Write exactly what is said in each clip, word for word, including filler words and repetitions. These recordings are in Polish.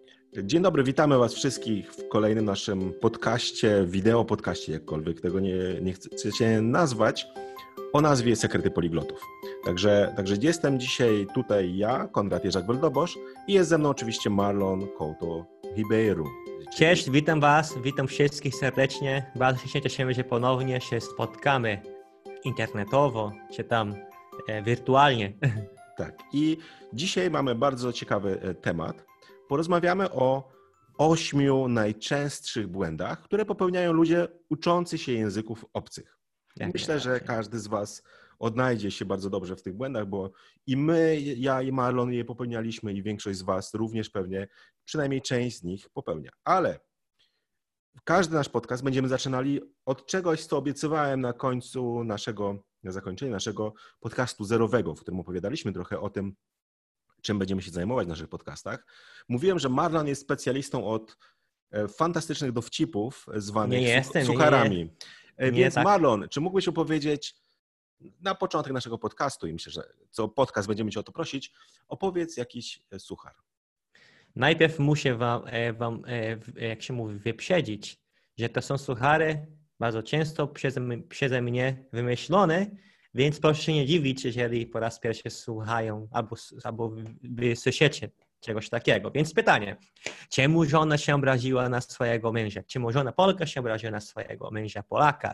Dzień dobry, witamy Was wszystkich w kolejnym naszym podcaście, wideo podcaście, jakkolwiek tego nie, nie chcecie nazwać, o nazwie Sekrety Poliglotów. Także, także jestem dzisiaj tutaj ja, Konrad Jerzak-Weldobosz, i jest ze mną oczywiście Marlon Couto Ribeiro. Cześć, witam Was, witam wszystkich serdecznie. Bardzo się cieszymy, że ponownie się spotkamy internetowo, czy tam e, wirtualnie. Tak, i dzisiaj mamy bardzo ciekawy temat. Porozmawiamy o ośmiu najczęstszych błędach, które popełniają ludzie uczący się języków obcych. Jak Myślę, że każdy z Was odnajdzie się bardzo dobrze w tych błędach, bo i my, ja i Marlon je popełnialiśmy i większość z Was również pewnie, przynajmniej część z nich popełnia. Ale każdy nasz podcast będziemy zaczynali od czegoś, co obiecywałem na końcu naszego, na zakończenie naszego podcastu zerowego, w którym opowiadaliśmy trochę o tym, czym będziemy się zajmować w naszych podcastach. Mówiłem, że Marlon jest specjalistą od fantastycznych dowcipów zwanych nie jestem, sucharami. Nie, nie. Więc Nie, tak. Marlon, czy mógłbyś opowiedzieć na początek naszego podcastu, i myślę, że co podcast będziemy Cię o to prosić, opowiedz jakiś suchar. Najpierw muszę wam, wam, jak się mówi, wyprzedzić, że to są suchary bardzo często przeze, przeze mnie wymyślone, więc proszę się nie dziwić, jeżeli po raz pierwszy słuchają albo, albo wy słyszycie czegoś takiego. Więc pytanie, czemu żona się obraziła na swojego męża? Czemu żona Polka się obraziła na swojego męża Polaka?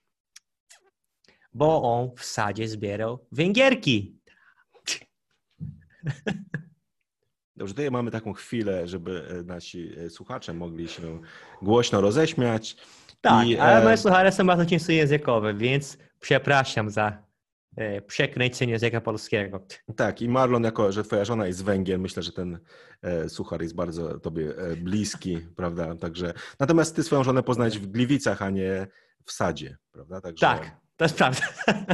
Bo on w sadzie zbierał węgierki. Dobrze, tutaj mamy taką chwilę, żeby nasi słuchacze mogli się głośno roześmiać. Tak, I, ale e... moje suchary są bardzo często językowe, więc przepraszam za e, przekręcenie języka polskiego. Tak, i Marlon, jako że twoja żona jest z Węgier, myślę, że ten e, suchar jest bardzo tobie e, bliski, prawda? Także, natomiast ty swoją żonę poznałeś w Gliwicach, a nie w sadzie, prawda? Także... Tak, to jest prawda.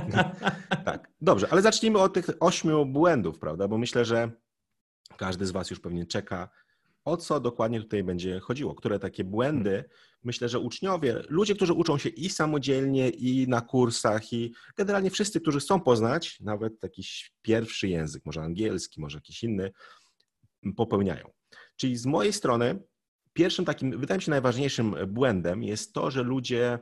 Tak, dobrze, ale zacznijmy od tych ośmiu błędów, prawda? Bo myślę, że każdy z Was już pewnie czeka, o co dokładnie tutaj będzie chodziło. Które takie błędy, myślę, że uczniowie, ludzie, którzy uczą się i samodzielnie, i na kursach, i generalnie wszyscy, którzy chcą poznać nawet jakiś pierwszy język, może angielski, może jakiś inny, popełniają. Czyli z mojej strony pierwszym takim, wydaje mi się, najważniejszym błędem jest to, że ludzie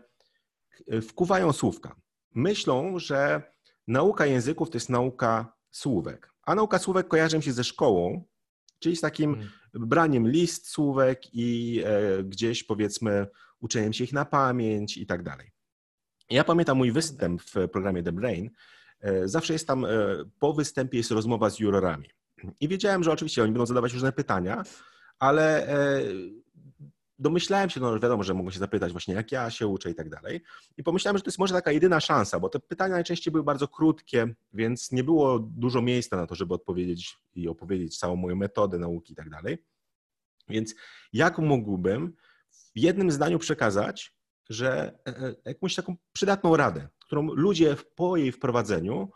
wkuwają słówka. Myślą, że nauka języków to jest nauka słówek, a nauka słówek kojarzy mi się ze szkołą, czyli z takim hmm. braniem list słówek i e, gdzieś, powiedzmy, uczeniem się ich na pamięć i tak dalej. Ja pamiętam mój występ w programie The Brain. E, zawsze jest tam, e, po występie jest rozmowa z jurorami. I wiedziałem, że oczywiście oni będą zadawać różne pytania, ale e, domyślałem się, no wiadomo, że mogą się zapytać właśnie, jak ja się uczę i tak dalej. I pomyślałem, że to jest może taka jedyna szansa, bo te pytania najczęściej były bardzo krótkie, więc nie było dużo miejsca na to, żeby odpowiedzieć i opowiedzieć całą moją metodę nauki i tak dalej. Więc jak mógłbym w jednym zdaniu przekazać, że jakąś taką przydatną radę, którą ludzie po jej wprowadzeniu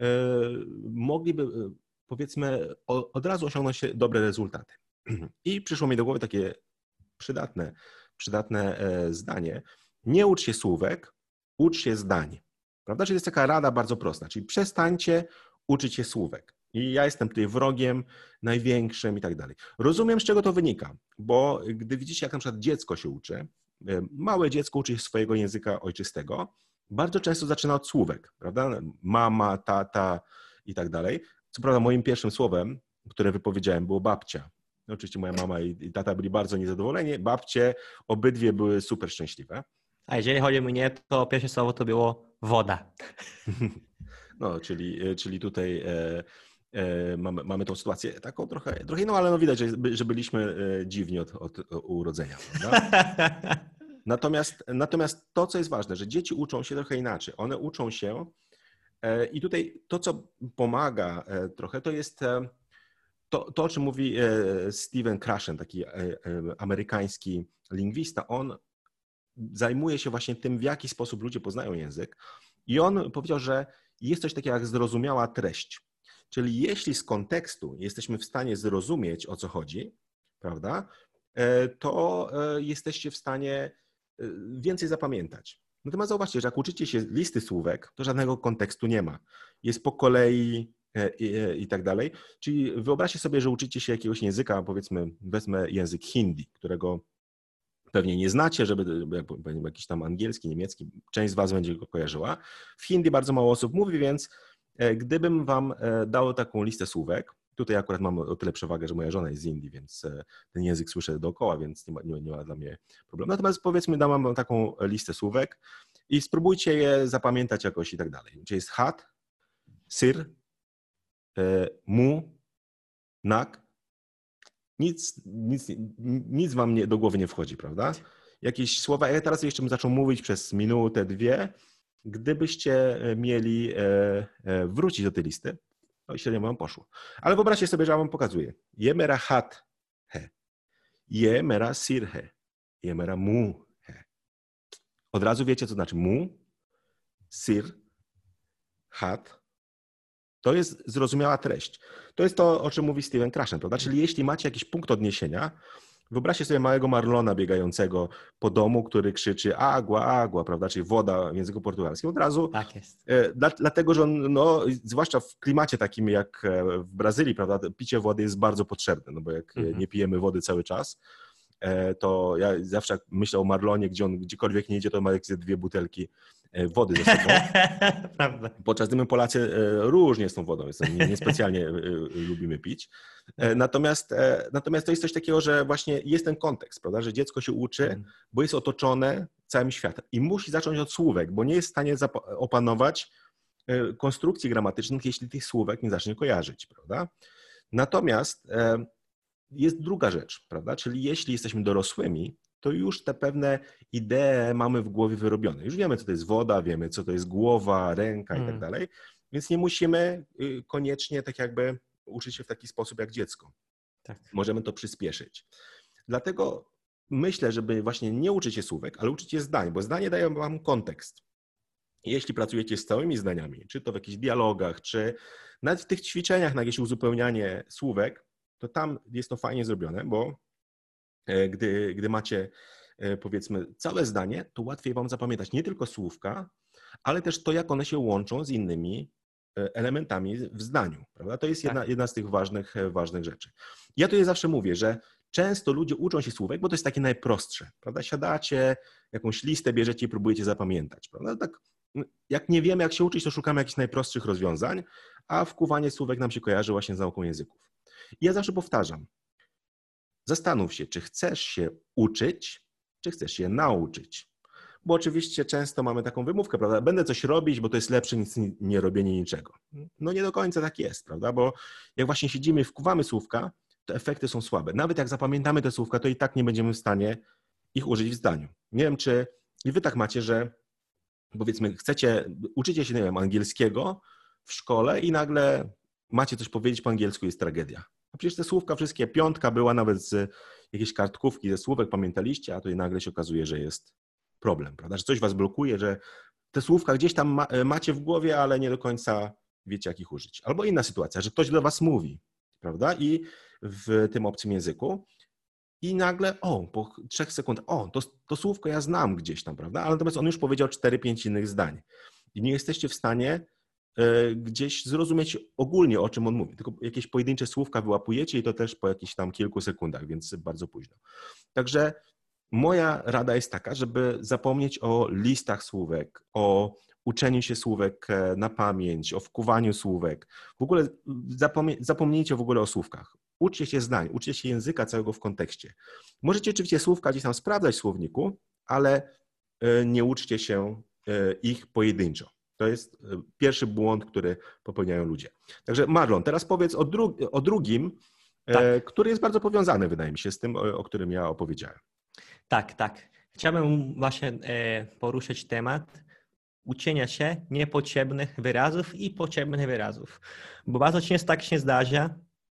mogliby, powiedzmy, od razu osiągnąć dobre rezultaty. I przyszło mi do głowy takie Przydatne, przydatne zdanie. Nie ucz się słówek, ucz się zdań. Prawda? Czyli to jest taka rada bardzo prosta. Czyli przestańcie uczyć się słówek. I ja jestem tutaj wrogiem największym i tak dalej. Rozumiem, z czego to wynika, bo gdy widzicie, jak na przykład dziecko się uczy, małe dziecko uczy się swojego języka ojczystego, bardzo często zaczyna od słówek, prawda? Mama, tata i tak dalej. Co prawda moim pierwszym słowem, które wypowiedziałem, było babcia. Oczywiście moja mama i tata byli bardzo niezadowoleni, babcie obydwie były super szczęśliwe. A jeżeli chodzi o mnie, to pierwsze słowo to było woda. No, czyli, czyli tutaj e, e, mamy, mamy tą sytuację taką trochę, trochę inną, ale no widać, że, że byliśmy dziwni od, od urodzenia. Natomiast, natomiast to, co jest ważne, że dzieci uczą się trochę inaczej. One uczą się e, i tutaj to, co pomaga e, trochę, to jest... E, To, to, o czym mówi Steven Krashen, taki amerykański lingwista, on zajmuje się właśnie tym, w jaki sposób ludzie poznają język. I on powiedział, że jest coś takiego jak zrozumiała treść. Czyli jeśli z kontekstu jesteśmy w stanie zrozumieć, o co chodzi, prawda, to jesteście w stanie więcej zapamiętać. Natomiast zauważcie, że jak uczycie się listy słówek, to żadnego kontekstu nie ma. Jest po kolei i, i tak dalej. Czyli wyobraźcie sobie, że uczycie się jakiegoś języka, powiedzmy, wezmę język hindi, którego pewnie nie znacie, żeby jakiś tam angielski, niemiecki, część z was będzie go kojarzyła. W hindi bardzo mało osób mówi, więc gdybym wam dał taką listę słówek, tutaj akurat mam o tyle przewagę, że moja żona jest z Indii, więc ten język słyszę dookoła, więc nie ma, nie, nie ma dla mnie problemu. Natomiast powiedzmy, dam wam taką listę słówek i spróbujcie je zapamiętać jakoś i tak dalej. Czyli jest hat, syr, mu, nak. Nic, nic, nic wam nie, do głowy nie wchodzi, prawda? Jakieś słowa, ja teraz jeszcze bym zaczął mówić przez minutę, dwie. Gdybyście mieli wrócić do tej listy, to średnio wam poszło. Ale wyobraźcie sobie, że ja wam pokazuję. Je mera hat he. Je mera sir he. Je mera mu he. Od razu wiecie, co znaczy mu, sir, hat. To jest zrozumiała treść. To jest to, o czym mówi Steven Krashen, prawda? Czyli jeśli macie jakiś punkt odniesienia, wyobraźcie sobie małego Marlona biegającego po domu, który krzyczy agua, agua, prawda? Czyli woda w języku portugalskim. Od razu, tak jest. Dla, dlatego, że on, no, zwłaszcza w klimacie takim jak w Brazylii, prawda? Picie wody jest bardzo potrzebne, no bo jak mhm. nie pijemy wody cały czas, to ja zawsze jak myślę o Marlonie, gdzie on gdziekolwiek nie idzie, to ma jakieś dwie butelki wody ze sobą. Prawda. Podczas gdy my Polacy różnie z tą wodą, więc niespecjalnie lubimy pić. Natomiast, natomiast to jest coś takiego, że właśnie jest ten kontekst, prawda, że dziecko się uczy, mm. bo jest otoczone całym światem i musi zacząć od słówek, bo nie jest w stanie opanować konstrukcji gramatycznych, jeśli tych słówek nie zacznie kojarzyć, prawda. Natomiast jest druga rzecz, prawda, czyli jeśli jesteśmy dorosłymi, to już te pewne idee mamy w głowie wyrobione. Już wiemy, co to jest woda, wiemy, co to jest głowa, ręka i tak dalej, więc nie musimy koniecznie tak jakby uczyć się w taki sposób jak dziecko. Tak. Możemy to przyspieszyć. Dlatego myślę, żeby właśnie nie uczyć się słówek, ale uczyć się zdań, bo zdanie daje wam kontekst. Jeśli pracujecie z całymi zdaniami, czy to w jakichś dialogach, czy nawet w tych ćwiczeniach na jakieś uzupełnianie słówek, to tam jest to fajnie zrobione, bo Gdy, gdy macie, powiedzmy, całe zdanie, to łatwiej wam zapamiętać nie tylko słówka, ale też to, jak one się łączą z innymi elementami w zdaniu, prawda? To jest jedna, jedna z tych ważnych, ważnych rzeczy. Ja tutaj zawsze mówię, że często ludzie uczą się słówek, bo to jest takie najprostsze, prawda? Siadacie, jakąś listę bierzecie i próbujecie zapamiętać, prawda? Tak, jak nie wiemy, jak się uczyć, to szukamy jakichś najprostszych rozwiązań, a wkuwanie słówek nam się kojarzy właśnie z nauką języków. I ja zawsze powtarzam, zastanów się, czy chcesz się uczyć, czy chcesz się nauczyć. Bo oczywiście często mamy taką wymówkę, prawda? Będę coś robić, bo to jest lepsze niż nie robienie niczego. No nie do końca tak jest, prawda? Bo jak właśnie siedzimy i wkuwamy słówka, to efekty są słabe. Nawet jak zapamiętamy te słówka, to i tak nie będziemy w stanie ich użyć w zdaniu. Nie wiem, czy i wy tak macie, że powiedzmy chcecie, uczycie się, nie wiem, angielskiego w szkole i nagle macie coś powiedzieć po angielsku, jest tragedia. A przecież te słówka wszystkie, piątka była nawet z jakiejś kartkówki ze słówek, pamiętaliście, a tutaj nagle się okazuje, że jest problem, prawda? Że coś was blokuje, że te słówka gdzieś tam ma, macie w głowie, ale nie do końca wiecie, jak ich użyć. Albo inna sytuacja, że ktoś do was mówi, prawda? I w tym obcym języku i nagle, o, po trzech sekundach, o, to, to słówko ja znam gdzieś tam, prawda? Ale natomiast on już powiedział cztery, pięć innych zdań. I nie jesteście w stanie gdzieś zrozumieć ogólnie, o czym on mówi. Tylko jakieś pojedyncze słówka wyłapujecie i to też po jakichś tam kilku sekundach, więc bardzo późno. Także moja rada jest taka, żeby zapomnieć o listach słówek, o uczeniu się słówek na pamięć, o wkuwaniu słówek. W ogóle zapomnij, zapomnijcie w ogóle o słówkach. Uczcie się zdań, uczcie się języka całego w kontekście. Możecie oczywiście słówka gdzieś tam sprawdzać w słowniku, ale nie uczcie się ich pojedynczo. To jest pierwszy błąd, który popełniają ludzie. Także Marlon, teraz powiedz o, dru- o drugim, tak. e, który jest bardzo powiązany, wydaje mi się, z tym, o, o którym ja opowiedziałem. Tak, tak. Chciałbym właśnie e, poruszyć temat uczenia się niepotrzebnych wyrazów i potrzebnych wyrazów. Bo bardzo często tak się zdarza,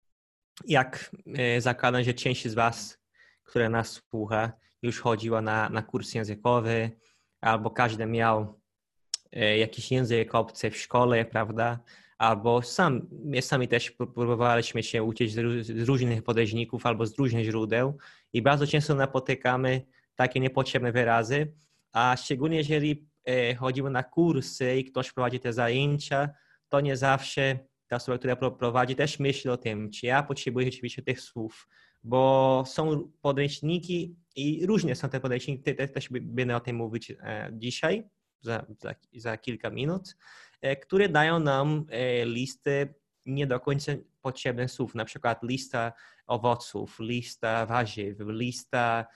jak e, zakładam, że część z was, która nas słucha, już chodziła na, na kurs językowy, albo każdy miał jakiś język obcy w szkole, prawda? Albo sam, my sami też próbowaliśmy się uczyć z różnych podręczników albo z różnych źródeł i bardzo często napotykamy takie niepotrzebne wyrazy, a szczególnie jeżeli chodzimy na kursy i ktoś prowadzi te zajęcia, to nie zawsze ta osoba, która prowadzi, też myśli o tym, czy ja potrzebuję rzeczywiście tych słów, bo są podręczniki i różne są te podręczniki, te, te, też będę o tym mówić e, dzisiaj, za, za, za kilka minut, e, które dają nam e, listy nie do końca potrzebnych słów, na przykład lista owoców, lista warzyw, lista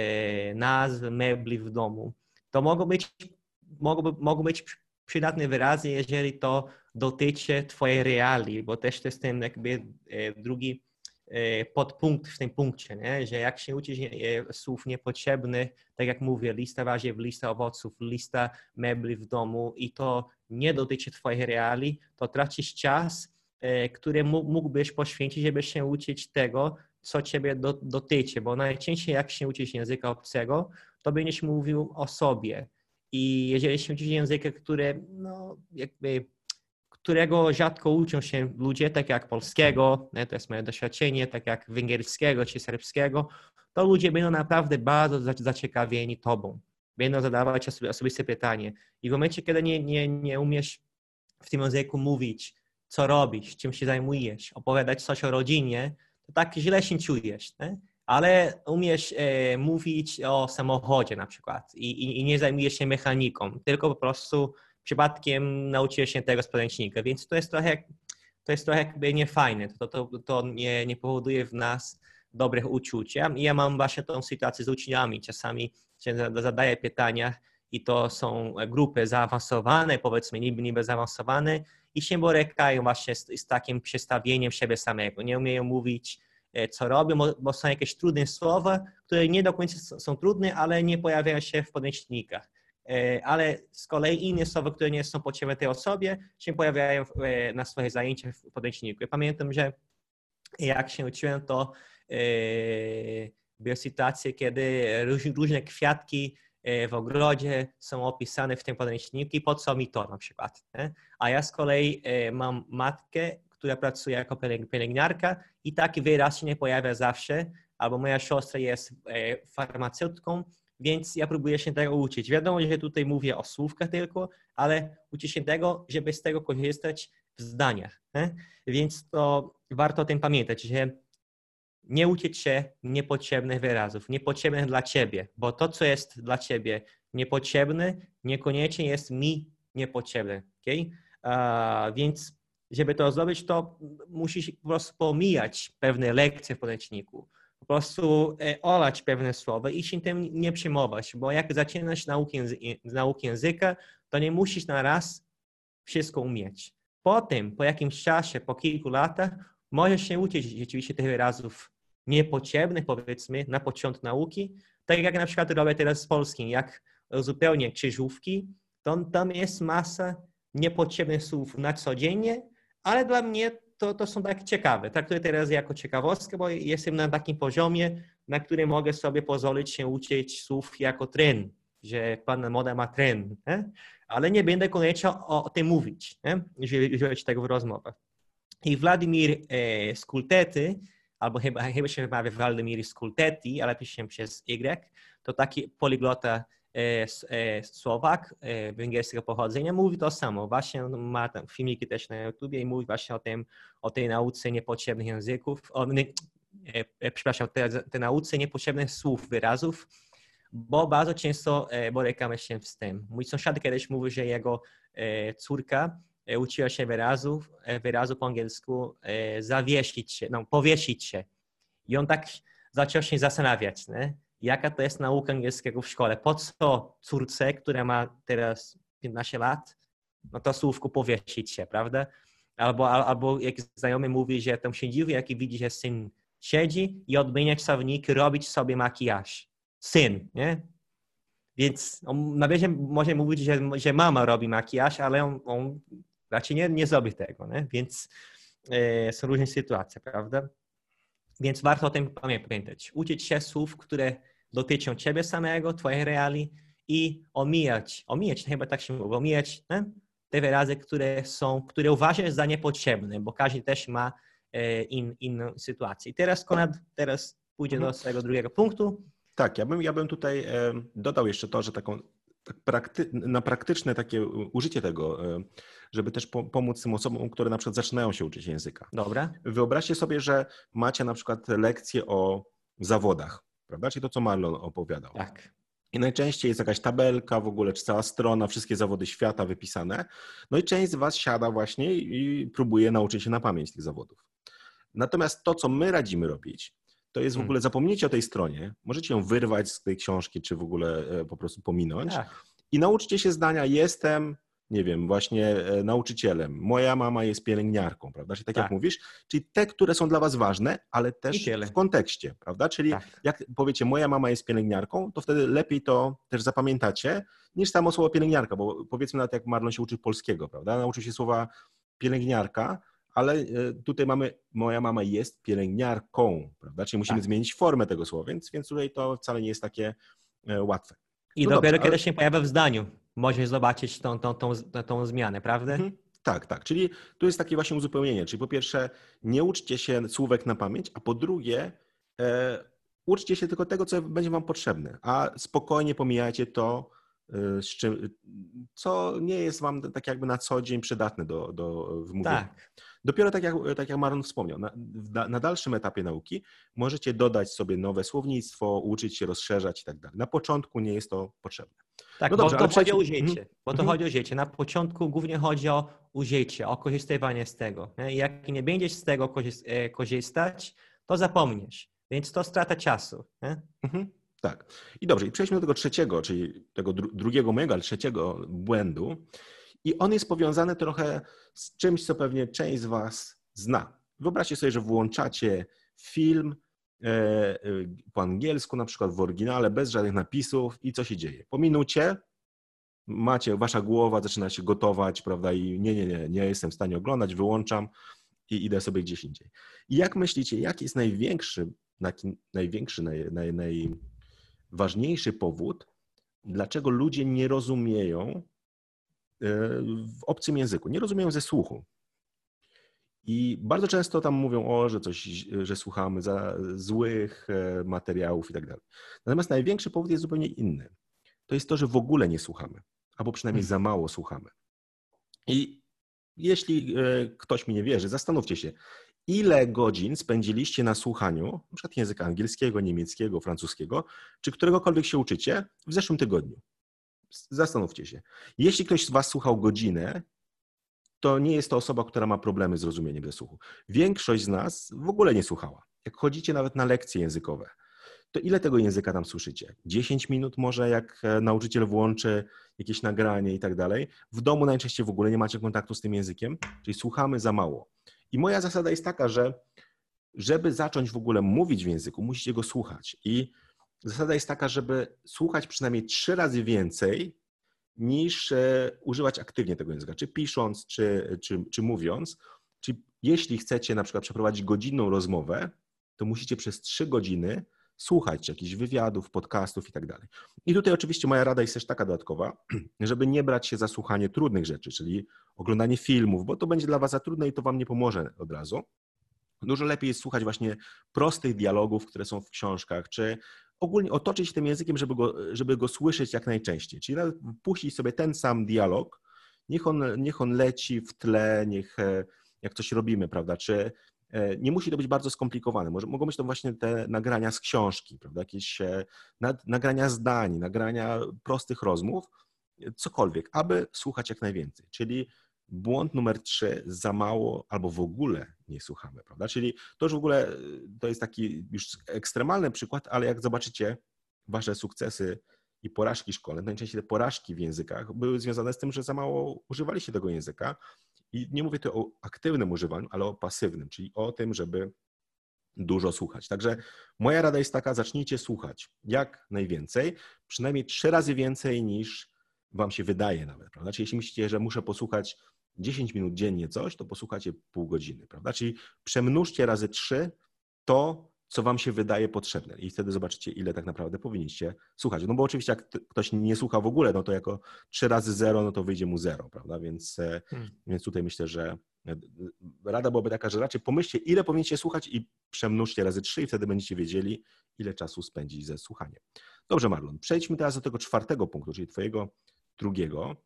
e, nazw mebli w domu. To mogą być, mogą, mogą być przydatne wyrazy, jeżeli to dotyczy twojej reali, bo też to jest ten jakby e, drugi e, podpunkt w tym punkcie, nie? Że jak się uczysz e, słów niepotrzebnych, tak jak mówię, lista warzyw, lista owoców, lista mebli w domu i to nie dotyczy twojej reali, to tracisz czas, e, który mógłbyś poświęcić, żeby się uczyć tego, co ciebie do, dotyczy, bo najczęściej jak się uczysz języka obcego, to będziesz mówił o sobie. I jeżeli się uczysz języka, które, no, jakby, którego rzadko uczą się ludzie, tak jak polskiego, nie, to jest moje doświadczenie, tak jak węgierskiego czy serbskiego, to ludzie będą naprawdę bardzo zaciekawieni tobą. Będą zadawać osobiste pytanie. I w momencie, kiedy nie, nie, nie umiesz w tym języku mówić, co robisz, czym się zajmujesz, opowiadać coś o rodzinie, to tak źle się czujesz, nie? Ale umiesz e, mówić o samochodzie na przykład i, i, i nie zajmujesz się mechaniką, tylko po prostu przypadkiem nauczyłeś się tego z podręcznika, więc to jest trochę, to jest trochę jakby niefajne, to, to, to nie, nie powoduje w nas dobrych uczuć. Ja, ja mam właśnie tą sytuację z uczniami, czasami się zadaję pytania i to są grupy zaawansowane, powiedzmy niby, niby zaawansowane i się borykają właśnie z, z takim przestawieniem siebie samego, nie umieją mówić, co robią, bo są jakieś trudne słowa, które nie do końca są trudne, ale nie pojawiają się w podręcznikach. Ale z kolei inne słowa, które nie są potrzebne tej osobie, się pojawiają na swoich zajęciach w podręczniku. Ja pamiętam, że jak się uczyłem, to były sytuacje, kiedy różne kwiatki w ogrodzie są opisane w tym podręczniku i po co mi to na przykład. Nie? A ja z kolei mam matkę, która pracuje jako pielęgniarka i taki wyraz się nie pojawia zawsze, albo moja siostra jest farmaceutką, więc ja próbuję się tego uczyć. Wiadomo, że tutaj mówię o słówkach tylko, ale uczę się tego, żeby z tego korzystać w zdaniach. Nie? Więc to warto o tym pamiętać, że nie uczyć się niepotrzebnych wyrazów, niepotrzebnych dla ciebie, bo to, co jest dla ciebie niepotrzebne, niekoniecznie jest mi niepotrzebne. Okay? Uh, więc żeby to zrobić, to musisz po prostu pomijać pewne lekcje w podręczniku. Po prostu e, olać pewne słowa i się tym nie przejmować, bo jak zaczynasz naukę, naukę języka, to nie musisz na raz wszystko umieć. Potem, po jakimś czasie, po kilku latach, możesz się uczyć rzeczywiście tych wyrazów niepotrzebnych, powiedzmy, na początku nauki. Tak jak na przykład robię teraz z polskim, jak zupełnie krzyżówki, to tam jest masa niepotrzebnych słów na codziennie, ale dla mnie to, to są tak ciekawe. Traktuję teraz jako ciekawostkę, bo jestem na takim poziomie, na którym mogę sobie pozwolić się uczyć słów jako tren, że panna moda ma tren, nie? Ale nie będę koniecznie o, o tym mówić, jeżeli używać tego w rozmowach. I Władimir e, Skultety, albo chyba, chyba się wymawia Władimir Skultety, ale pisze się przez Y, to taki poliglota e, e, Słowak e, węgierskiego pochodzenia, mówi to samo. Właśnie ma tam filmiki też na YouTubie i mówi właśnie o tym, o tej nauce niepotrzebnych języków, o, nie, e, przepraszam, tej te nauce niepotrzebnych słów, wyrazów, bo bardzo często e, borykamy się z tym. Mój sąsiad kiedyś mówił, że jego e, córka e, uczyła się wyrazów, e, wyrazu po angielsku e, zawiesić się, no powiesić się. I on tak zaczął się zastanawiać, nie? Jaka to jest nauka angielskiego w szkole. Po co córce, która ma teraz piętnaście lat, no to słówko powiesić się, prawda? Albo, albo jak znajomy mówi, że tam się dziwi, jak widzi, że syn siedzi i odmieniać słowniki, robić sobie makijaż. Syn, nie? Więc on na razie może mówić, że, że mama robi makijaż, ale on, on raczej nie, nie zrobi tego, nie? Więc e, są różne sytuacje, prawda? Więc warto o tym pamiętać. Uczyć się słów, które dotyczą ciebie samego, twojej reali i omijać, omijać, chyba tak się mówi, omijać nie? te wyrazy, które są, które uważasz za niepotrzebne, bo każdy też ma e, in, inną sytuację. I teraz Konrad, teraz pójdzie do swojego drugiego punktu. Tak, ja bym, ja bym tutaj e, dodał jeszcze to, że taką tak prakty, na praktyczne takie użycie tego, żeby też po, pomóc tym osobom, które na przykład zaczynają się uczyć języka. Dobra. Wyobraźcie sobie, że macie na przykład lekcje o zawodach, prawda? Czyli to, co Marlon opowiadał. Tak. I najczęściej jest jakaś tabelka w ogóle, czy cała strona, wszystkie zawody świata wypisane. No i część z was siada właśnie i próbuje nauczyć się na pamięć tych zawodów. Natomiast to, co my radzimy robić, to jest w ogóle zapomnijcie o tej stronie, możecie ją wyrwać z tej książki, czy w ogóle po prostu pominąć Tak. i nauczcie się zdania jestem, nie wiem, właśnie nauczycielem, moja mama jest pielęgniarką, prawda? Czyli tak, tak jak mówisz, czyli te, które są dla was ważne, ale też w kontekście, prawda? Czyli tak. Jak powiecie moja mama jest pielęgniarką, to wtedy lepiej to też zapamiętacie niż samo słowo pielęgniarka, bo powiedzmy nawet jak Marlon się uczy polskiego, prawda? Nauczył się słowa pielęgniarka, ale tutaj mamy, moja mama jest pielęgniarką, prawda? Czyli musimy tak. zmienić formę tego słowa, więc, więc tutaj to wcale nie jest takie łatwe. I no dopiero dobrze, kiedy ale... się pojawia w zdaniu, możesz zobaczyć tą, tą, tą, tą zmianę, prawda? Mhm. Tak, tak. Czyli tu jest takie właśnie uzupełnienie. Czyli po pierwsze nie uczcie się słówek na pamięć, a po drugie e, uczcie się tylko tego, co będzie wam potrzebne, a spokojnie pomijajcie to, z czym, co nie jest wam tak jakby na co dzień przydatne do, do wymówienia. Tak. Dopiero tak jak, tak jak Marlon wspomniał, na, na dalszym etapie nauki możecie dodać sobie nowe słownictwo, uczyć się rozszerzać i tak dalej. Na początku nie jest to potrzebne. Tak, no dobrze, bo to chodzi o użycie. Bo to mm-hmm. chodzi o użycie. Na początku głównie chodzi o użycie, o korzystanie z tego. Jak nie będziesz z tego korzystać, to zapomnisz. Więc to strata czasu. Mm-hmm. Tak. I dobrze, i przejdźmy do tego trzeciego, czyli tego dru- drugiego mojego, ale trzeciego błędu. I on jest powiązany trochę z czymś, co pewnie część z was zna. Wyobraźcie sobie, że włączacie film e, e, po angielsku, na przykład w oryginale, bez żadnych napisów i co się dzieje? Po minucie macie, wasza głowa zaczyna się gotować, prawda, i nie, nie, nie, nie jestem w stanie oglądać, wyłączam i idę sobie gdzieś indziej. I jak myślicie, jaki jest największy, największy, naj, naj, naj ważniejszy powód, dlaczego ludzie nie rozumieją w obcym języku, nie rozumieją ze słuchu. I bardzo często tam mówią, o, że coś, że słuchamy za złych materiałów i tak dalej. Natomiast największy powód jest zupełnie inny. To jest to, że w ogóle nie słuchamy, albo przynajmniej za mało słuchamy. I jeśli ktoś mi nie wierzy, zastanówcie się, ile godzin spędziliście na słuchaniu, na przykład języka angielskiego, niemieckiego, francuskiego, czy któregokolwiek się uczycie w zeszłym tygodniu. Zastanówcie się. Jeśli ktoś z was słuchał godzinę, to nie jest to osoba, która ma problemy z rozumieniem ze słuchu. Większość z nas w ogóle nie słuchała. Jak chodzicie nawet na lekcje językowe, to ile tego języka tam słyszycie? dziesięć minut może, jak nauczyciel włączy jakieś nagranie i tak dalej. W domu najczęściej w ogóle nie macie kontaktu z tym językiem, czyli słuchamy za mało. I moja zasada jest taka, że żeby zacząć w ogóle mówić w języku, musicie go słuchać. I zasada jest taka, żeby słuchać przynajmniej trzy razy więcej niż używać aktywnie tego języka, czy pisząc, czy, czy, czy mówiąc. Czyli jeśli chcecie na przykład przeprowadzić godzinną rozmowę, to musicie przez trzy godziny słuchać jakichś wywiadów, podcastów i tak dalej. I tutaj oczywiście moja rada jest też taka dodatkowa, żeby nie brać się za słuchanie trudnych rzeczy, czyli oglądanie filmów, bo to będzie dla was za trudne i to wam nie pomoże od razu. Dużo lepiej jest słuchać właśnie prostych dialogów, które są w książkach, czy ogólnie otoczyć się tym językiem, żeby go, żeby go słyszeć jak najczęściej. Czyli nawet puścić sobie ten sam dialog, niech on, niech on leci w tle, niech jak coś robimy, prawda, czy nie musi to być bardzo skomplikowane. Może, mogą być to właśnie te nagrania z książki, prawda? Jakieś nad, nagrania zdań, nagrania prostych rozmów, cokolwiek, aby słuchać jak najwięcej. Czyli błąd numer trzy, za mało albo w ogóle nie słuchamy, prawda? Czyli to już w ogóle to jest taki już ekstremalny przykład, ale jak zobaczycie wasze sukcesy i porażki szkolne, najczęściej te porażki w językach były związane z tym, że za mało używaliście tego języka. I nie mówię tu o aktywnym używaniu, ale o pasywnym, czyli o tym, żeby dużo słuchać. Także moja rada jest taka, zacznijcie słuchać jak najwięcej, przynajmniej trzy razy więcej niż wam się wydaje nawet, prawda? Czyli jeśli myślicie, że muszę posłuchać dziesięć minut dziennie coś, to posłuchacie pół godziny, prawda? Czyli przemnóżcie razy trzy to, co wam się wydaje potrzebne i wtedy zobaczycie, ile tak naprawdę powinniście słuchać. No bo oczywiście jak ktoś nie słucha w ogóle, no to jako trzy razy zero, no to wyjdzie mu zero, prawda? Więc, hmm. więc tutaj myślę, że Rada byłaby taka, że raczej pomyślcie, ile powinniście słuchać i przemnóżcie razy trzy i wtedy będziecie wiedzieli, ile czasu spędzić ze słuchaniem. Dobrze, Marlon, przejdźmy teraz do tego czwartego punktu, czyli twojego drugiego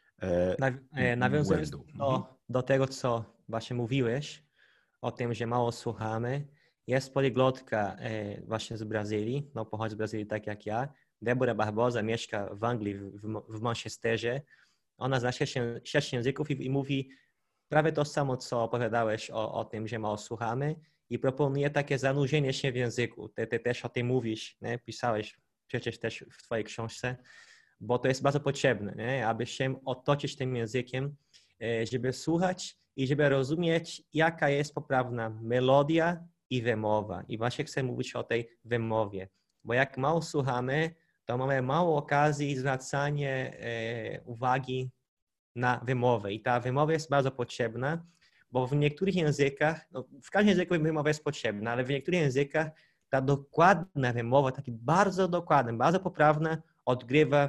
e, Nawiązując błędu. do, do tego, co właśnie mówiłeś, o tym, że mało słuchamy, jest poliglotka e, właśnie z Brazylii, no pochodzi z Brazylii tak jak ja. Deborah Barbosa mieszka w Anglii, w, w Manchesterze. Ona zna sześć języków i, i mówi prawie to samo, co opowiadałeś o, o tym, że mało słuchamy i proponuje takie zanurzenie się w języku. Ty, ty też o tym mówisz, nie? Pisałeś przecież też w twojej książce, bo to jest bardzo potrzebne, nie? Aby się otoczyć tym językiem, żeby słuchać i żeby rozumieć, jaka jest poprawna melodia i wymowa. I właśnie chcę mówić o tej wymowie, bo jak mało słuchamy, to mamy mało okazji zwracania e, uwagi na wymowę. I ta wymowa jest bardzo potrzebna, bo w niektórych językach, no w każdym języku wymowa jest potrzebna, ale w niektórych językach ta dokładna wymowa, taka bardzo dokładna, bardzo poprawna, odgrywa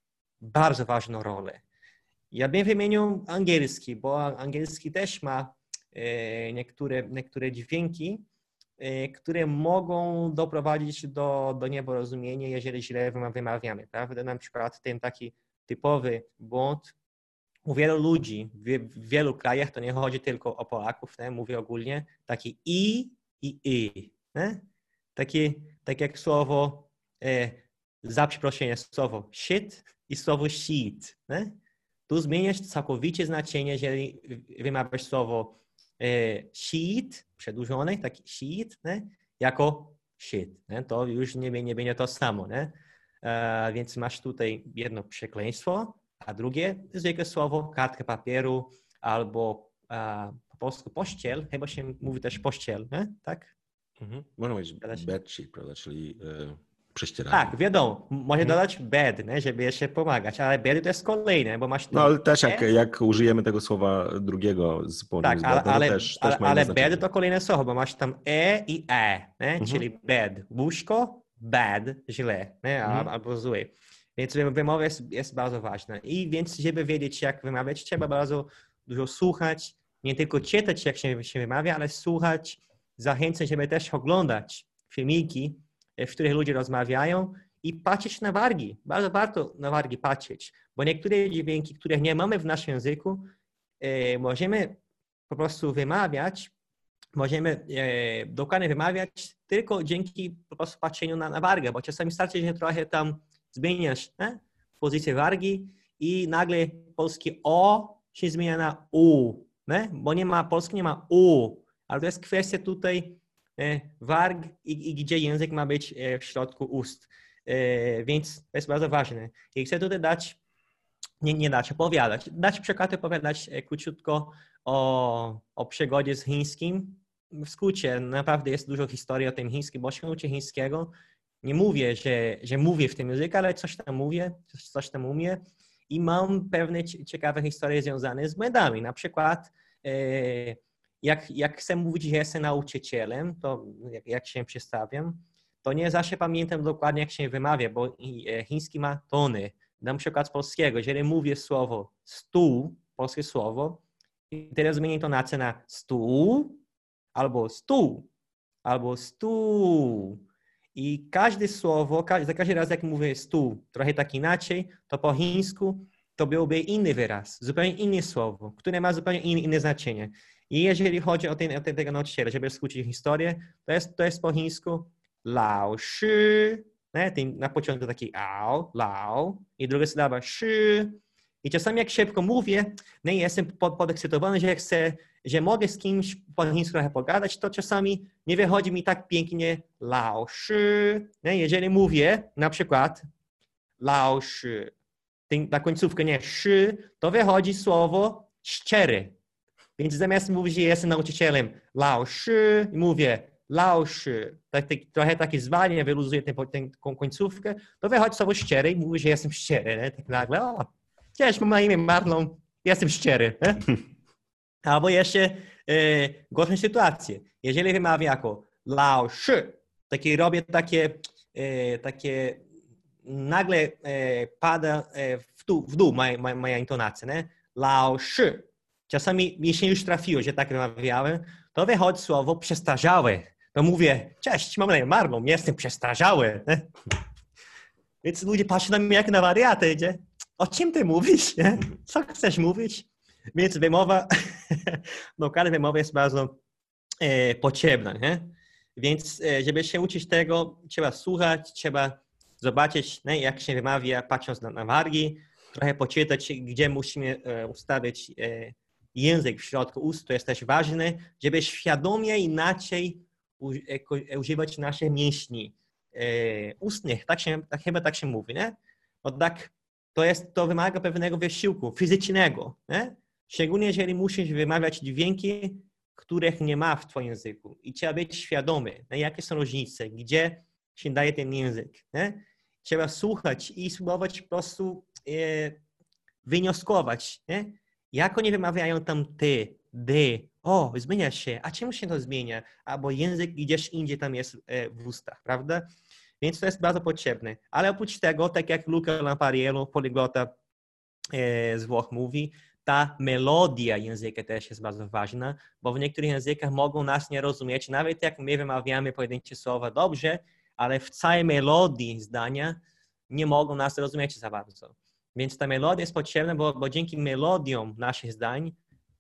bardzo ważną rolę. Ja bym wymienił angielski, bo angielski też ma e, niektóre, niektóre dźwięki, e, które mogą doprowadzić do, do nieporozumienia, jeżeli źle wymawiamy, prawda? Na przykład ten taki typowy błąd u wielu ludzi w, w wielu krajach, to nie chodzi tylko o Polaków, nie? Mówię ogólnie, taki i i i. Nie? Takie, tak jak słowo, e, za przeproszeniem, słowo shit i słowo shit. Nie? Tu zmieniasz całkowicie znaczenie, jeżeli wymawiasz słowo e, shit, przedłużone, taki shit, nie? Jako shit. Nie? To już nie, nie będzie to samo. Nie? E, więc masz tutaj jedno przekleństwo, a drugie zwykłe słowo, kartka papieru albo e, po polsku pościel, chyba się mówi też pościel, nie? Tak? Mhm. Można powiedzieć bedsheet, prawda, czyli e, prześcieranie. Tak, wiadomo, można dodać bed, nie? Żeby jeszcze pomagać, ale bed to jest kolejne, bo masz... No ale też jak, jak użyjemy tego słowa drugiego z połączenia tak, z bed, ale, no ale, też, ale, też ma ale znaczenie. bed to kolejne słowo, bo masz tam e i e, nie? Mhm. Czyli bed, łóżko, bad, źle, nie? Mhm. Albo zły. Więc wymowa jest, jest bardzo ważna. I więc, żeby wiedzieć, jak wymawiać, trzeba bardzo dużo słuchać, nie tylko czytać, jak się, się wymawia, ale słuchać, zachęcać, żeby też oglądać filmiki, w których ludzie rozmawiają i patrzeć na wargi. Bardzo warto na wargi patrzeć, bo niektóre dźwięki, których nie mamy w naszym języku, e, możemy po prostu wymawiać, możemy e, dokładnie wymawiać tylko dzięki po prostu patrzeniu na, na wargę, bo czasami starczy się trochę tam zmieniasz nie? Pozycję wargi i nagle polskie o się zmienia na u, nie? Bo nie ma, polski nie ma u, ale to jest kwestia tutaj e, warg i, i gdzie język ma być e, w środku ust. E, więc to jest bardzo ważne. I chcę tutaj dać, nie, nie dać opowiadać, dać przykład opowiadać e, króciutko o, o przygodzie z chińskim. W skrócie, naprawdę jest dużo historii o tym chińskim, bo się uczy chińskiego. Nie mówię, że, że mówię w tym języku, ale coś tam mówię, coś, coś tam umiem i mam pewne ciekawe historie związane z błędami. Na przykład e, jak, jak chcę mówić, że jestem nauczycielem, to jak, jak się przedstawiam, to nie zawsze pamiętam dokładnie, jak się wymawia, bo chiński ma tony. Dam przykład z polskiego. Jeżeli mówię słowo stół, polskie słowo, i teraz zmienię intonację na stół, albo stół, albo stół. I każde słowo, za każdy raz jak mówię stół trochę tak inaczej, to po chińsku to byłby inny wyraz, zupełnie inne słowo, które ma zupełnie inne, inne znaczenie. I jeżeli chodzi o, ten, o ten, tego nauczyciela, żeby skrócić historię, to jest, to jest po chińsku lao shi, na początku taki ao, lao i druga syllaba shi. I czasami jak szybko mówię, nie jestem podekscytowany, że chcę, że mogę z kimś po chińsku trochę pogadać, to czasami nie wychodzi mi tak pięknie lao shi. Nie? Jeżeli mówię na przykład lao shi, na końcówkę nie shi, to wychodzi słowo szczery. Więc zamiast mówić, że jestem nauczycielem lao shi, mówię lao shi, tak, tak, trochę takie zwalnie, wyluzuję tę końcówkę, to wychodzi słowo szczery i mówię, że jestem szczery. Nie? Tak nagle, o, cześć, mam na imię Marlon, jestem szczery. Nie? Albo jeszcze e, gorszą sytuację. Jeżeli wymawiam jako lao shi, takie robię takie, e, takie nagle e, pada e, w dół, w dół moja, moja, moja intonacja, nie? Lao shi. czasami mi się już trafiło, że tak wymawiałem, to wychodzi słowo przestarzały. To mówię, cześć, mam na imię Marlon, jestem przestarzały. Więc ludzie patrzą na mnie jak na wariatę, nie? O czym ty mówisz? Nie? Co chcesz mówić? Więc wymowa, no każda wymowa jest bardzo e, potrzebna, nie? Więc e, żeby się uczyć tego, trzeba słuchać, trzeba zobaczyć, nie, jak się wymawia, patrząc na, na wargi, trochę poczytać, gdzie musimy e, ustawić e, język w środku ust, to jest też ważne, żeby świadomie inaczej u, e, używać naszych mięśni e, ustnych, tak się, tak, chyba tak się mówi, nie? No tak, to, jest, to wymaga pewnego wysiłku fizycznego, nie? Szczególnie jeżeli musisz wymawiać dźwięki, których nie ma w twoim języku i trzeba być świadomy, nie? Jakie są różnice, gdzie się daje ten język, nie? Trzeba słuchać i spróbować po prostu e, wnioskować, nie? Jak oni wymawiają tam ty, dy, o, zmienia się, a czemu się to zmienia? Albo język gdzieś indziej tam jest e, w ustach, prawda? Więc to jest bardzo potrzebne. Ale oprócz tego, tak jak Luca Lampariello, poliglota e, z Włoch mówi, ta melodia języka też jest bardzo ważna, bo w niektórych językach mogą nas nie rozumieć, nawet jak my wymawiamy pojedyncze słowa dobrze, ale w całej melodii zdania nie mogą nas rozumieć za bardzo. Więc ta melodia jest potrzebna, bo, bo dzięki melodiom naszych zdań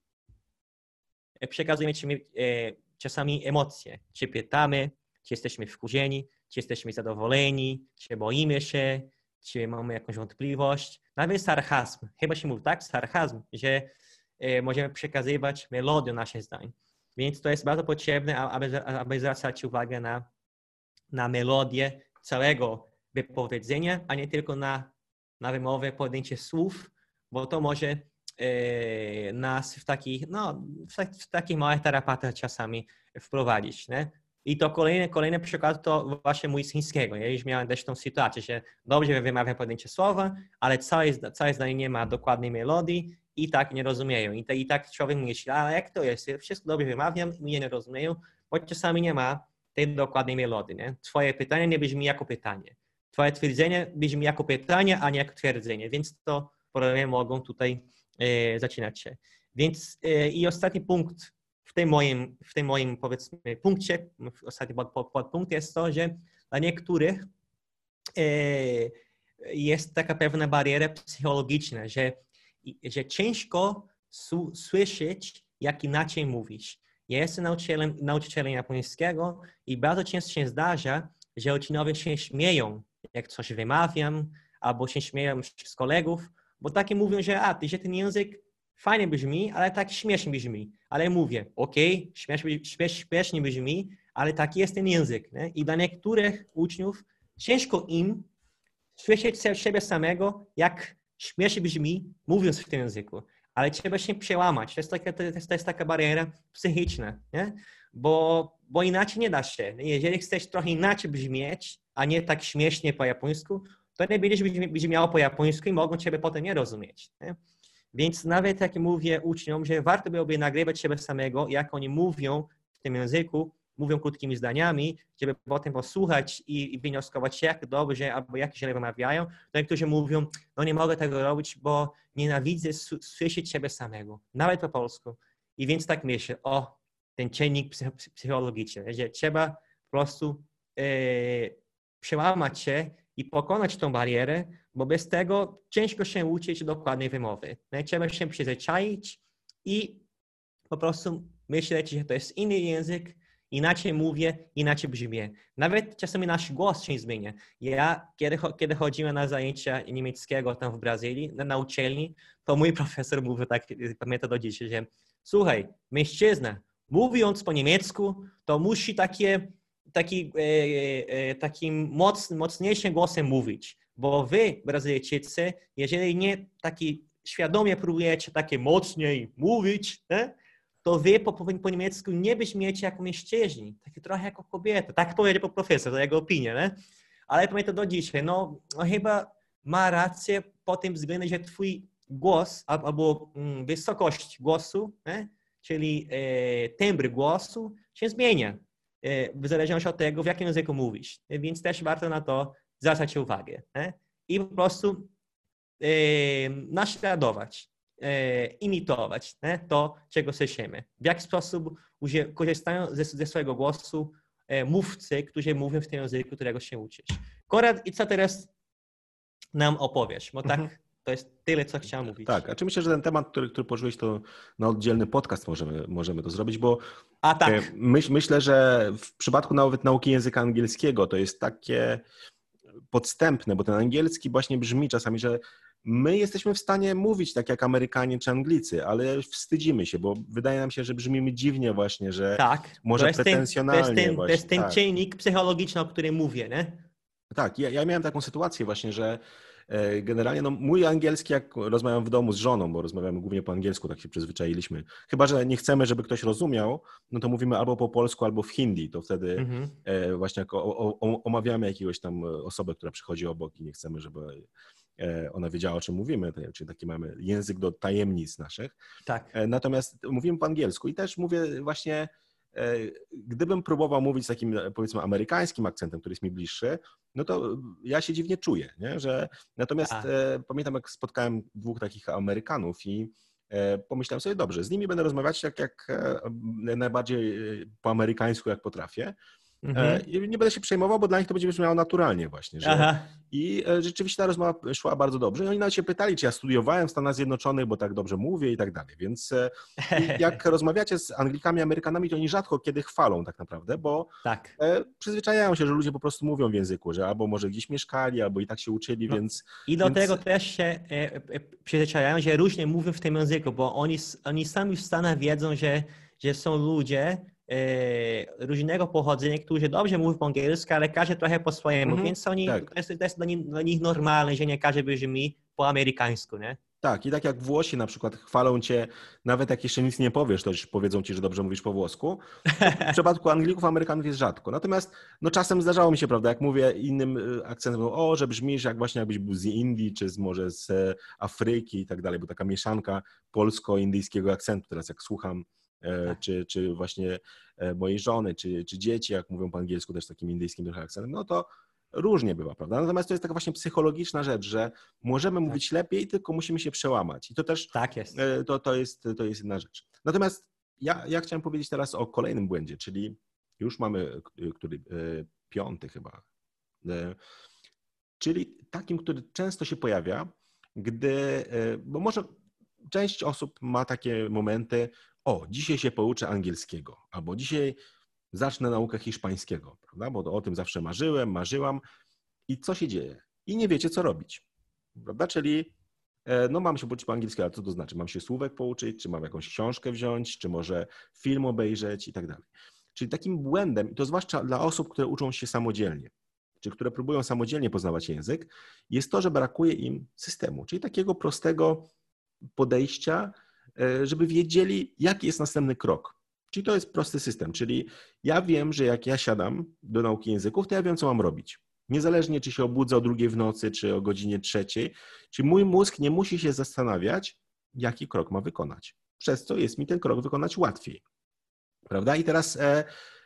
przekazujemy e, czasami emocje. Czy pytamy, czy jesteśmy wkurzeni, czy jesteśmy zadowoleni, czy boimy się, czy mamy jakąś wątpliwość. Nawet sarkazm. Chyba się mówi tak, sarkazm, że e, możemy przekazywać melodią naszych zdań. Więc to jest bardzo potrzebne, aby, aby zwracać uwagę na, na melodię całego wypowiedzenia, a nie tylko na, na wymowę pojedynczych słów, bo to może e, nas w takich, no, w, w takich małych tarapatach czasami wprowadzić, nie? I to kolejny, kolejny przykład to właśnie mój z chińskiego. Ja już miałem też tą sytuację, że dobrze wymawiam pojedyncze słowa, ale całe, całe zdanie nie ma dokładnej melodii i tak nie rozumieją. I, te, i tak człowiek myśli, ale jak to jest? Ja wszystko dobrze wymawiam i mnie nie rozumieją, bo czasami nie ma tej dokładnej melodii. Nie? Twoje pytanie nie brzmi jako pytanie. Twoje twierdzenie brzmi jako pytanie, a nie jako twierdzenie. Więc to problemy mogą tutaj e, zaczynać się. Więc e, i ostatni punkt w tym moim, w tym moim powiedzmy punkcie, ostatni podpunkt jest to, że dla niektórych e, jest taka pewna bariera psychologiczna, że, że ciężko su, słyszeć, jak inaczej mówisz. Ja jestem nauczycielem, nauczycielem japońskiego i bardzo często się zdarza, że uczniowie się śmieją, jak coś wymawiam, albo się śmieją z kolegów, bo takie mówią, że, a, że ten język fajnie brzmi, ale tak śmiesznie brzmi. Ale mówię, okej, okay, śmiesznie, śmiesznie brzmi, ale taki jest ten język. Nie? I dla niektórych uczniów ciężko im słyszeć siebie samego, jak śmiesznie brzmi, mówiąc w tym języku. Ale trzeba się przełamać. To jest taka, to jest, to jest taka bariera psychiczna, nie? Bo, bo inaczej nie da się. Jeżeli chcesz trochę inaczej brzmieć, a nie tak śmiesznie po japońsku, to nie będziesz brzmiało po japońsku i mogą ciebie potem nie rozumieć. Nie? Więc nawet jak mówię uczniom, że warto byłoby nagrywać siebie samego, jak oni mówią w tym języku, mówią krótkimi zdaniami, żeby potem posłuchać i, i wnioskować, jak dobrze albo jak źle wymawiają, to niektórzy mówią, no nie mogę tego robić, bo nienawidzę słyszeć siebie samego, nawet po polsku. I więc tak myślę, o, ten czynnik psychologiczny, że trzeba po prostu e, przełamać się i pokonać tą barierę, bo bez tego ciężko się uczyć dokładnej wymowy. Trzeba się przyzwyczaić i po prostu myśleć, że to jest inny język, inaczej mówię, inaczej brzmię. Nawet czasami nasz głos się zmienia. Ja, kiedy, kiedy chodziłem na zajęcia niemieckiego tam w Brazylii, na, na uczelni, to mój profesor mówił tak, pamiętam do dziś, że słuchaj, mężczyzna, mówiąc po niemiecku, to musi takie, taki, e, e, takim moc, mocniejszym głosem mówić. Bo wy, Brazylijczycy, jeżeli nie taki świadomie próbujecie takie mocniej mówić, nie? To wy po, po niemiecku nie brzmiecie jako mężczyźni, taki trochę jako kobieta. Tak powiedział profesor, to jego opinia, nie? Ale pamiętam do dzisiaj, no, no chyba ma rację po tym względzie, że twój głos albo mm, wysokość głosu, nie? Czyli e, tembr głosu się zmienia e, w zależności od tego, w jakim języku mówisz. Więc też warto na to zwracać uwagę. Nie? I po prostu e, naśladować. e, imitować nie? To, czego słyszymy. W jaki sposób uzie- korzystają ze, ze swojego głosu e, mówcy, którzy mówią w tym języku, którego się uczysz. Konrad, i co teraz nam opowiesz? Bo tak, to jest tyle, co chciałem mówić. Tak, a czy myślę, że ten temat, który, który poruszyłeś, to na oddzielny podcast możemy, możemy to zrobić, bo A tak. myśl, myślę, że w przypadku nawet nauki języka angielskiego to jest takie podstępne, bo ten angielski właśnie brzmi czasami, że my jesteśmy w stanie mówić tak jak Amerykanie czy Anglicy, ale wstydzimy się, bo wydaje nam się, że brzmimy dziwnie właśnie, że tak. może to jest pretensjonalnie ten, to jest ten, właśnie. to jest ten tak. czynnik psychologiczny, o którym mówię, nie? Tak, ja, ja miałem taką sytuację właśnie, że generalnie no, mój angielski, jak rozmawiam w domu z żoną, bo rozmawiamy głównie po angielsku, tak się przyzwyczailiśmy. Chyba że nie chcemy, żeby ktoś rozumiał, no to mówimy albo po polsku, albo w hindi, to wtedy mhm. właśnie jak o, o, omawiamy jakiegoś tam osobę, która przychodzi obok i nie chcemy, żeby ona wiedziała, o czym mówimy, czyli taki mamy język do tajemnic naszych. Tak. Natomiast mówimy po angielsku i też mówię właśnie, gdybym próbował mówić z takim, powiedzmy, amerykańskim akcentem, który jest mi bliższy, no to ja się dziwnie czuję, nie? Że natomiast e, pamiętam, jak spotkałem dwóch takich Amerykanów i e, pomyślałem sobie, dobrze, z nimi będę rozmawiać jak, jak e, najbardziej po amerykańsku, jak potrafię. Mhm. I nie będę się przejmował, bo dla nich to będzie brzmiało naturalnie właśnie. Że... I rzeczywiście ta rozmowa szła bardzo dobrze. I oni nawet się pytali, czy ja studiowałem w Stanach Zjednoczonych, bo tak dobrze mówię i tak dalej. Więc jak rozmawiacie z Anglikami, Amerykanami, to oni rzadko kiedy chwalą tak naprawdę, bo tak. przyzwyczajają się, że ludzie po prostu mówią w języku, że albo może gdzieś mieszkali, albo i tak się uczyli, no. więc... I do więc... tego też się e, e, przyzwyczajają, że różnie mówią w tym języku, bo oni, oni sami w Stanach wiedzą, że, że są ludzie, różnego pochodzenia, którzy dobrze mówią po angielsku, ale każdy trochę po swojemu, mm-hmm. więc oni, tak. to, jest, to jest dla nich, dla nich normalne, że nie każdy brzmi po amerykańsku, nie? Tak, i tak jak Włosi na przykład chwalą cię, nawet jak jeszcze nic nie powiesz, to już powiedzą ci, że dobrze mówisz po włosku. W przypadku Anglików, Amerykanów jest rzadko. Natomiast no czasem zdarzało mi się, prawda, jak mówię innym akcentem, o, że brzmisz jak właśnie jakbyś był z Indii, czy z, może z Afryki i tak dalej, bo taka mieszanka polsko-indyjskiego akcentu teraz jak słucham, tak. czy, czy właśnie mojej żony, czy, czy dzieci, jak mówią po angielsku też takim indyjskim trochę akcentem, no to różnie bywa, prawda? Natomiast to jest taka właśnie psychologiczna rzecz, że możemy tak. mówić lepiej, tylko musimy się przełamać. I to też tak jest. To, to, jest, to jest jedna rzecz. Natomiast ja, ja chciałem powiedzieć teraz o kolejnym błędzie, czyli już mamy który, piąty chyba, czyli takim, który często się pojawia, gdy, bo może część osób ma takie momenty, o, dzisiaj się pouczę angielskiego, albo dzisiaj zacznę naukę hiszpańskiego, prawda? Bo o tym zawsze marzyłem, marzyłam. I co się dzieje? I nie wiecie, co robić, prawda? Czyli no mam się pouczyć po angielsku, ale co to znaczy? Mam się słówek pouczyć, czy mam jakąś książkę wziąć, czy może film obejrzeć i tak dalej. Czyli takim błędem, i to zwłaszcza dla osób, które uczą się samodzielnie, czy które próbują samodzielnie poznawać język, jest to, że brakuje im systemu, czyli takiego prostego podejścia, żeby wiedzieli, jaki jest następny krok. Czyli to jest prosty system, czyli ja wiem, że jak ja siadam do nauki języków, to ja wiem, co mam robić. Niezależnie, czy się obudzę o drugiej w nocy, czy o godzinie trzeciej, czyli mój mózg nie musi się zastanawiać, jaki krok ma wykonać. Przez co jest mi ten krok wykonać łatwiej. Prawda? I teraz e,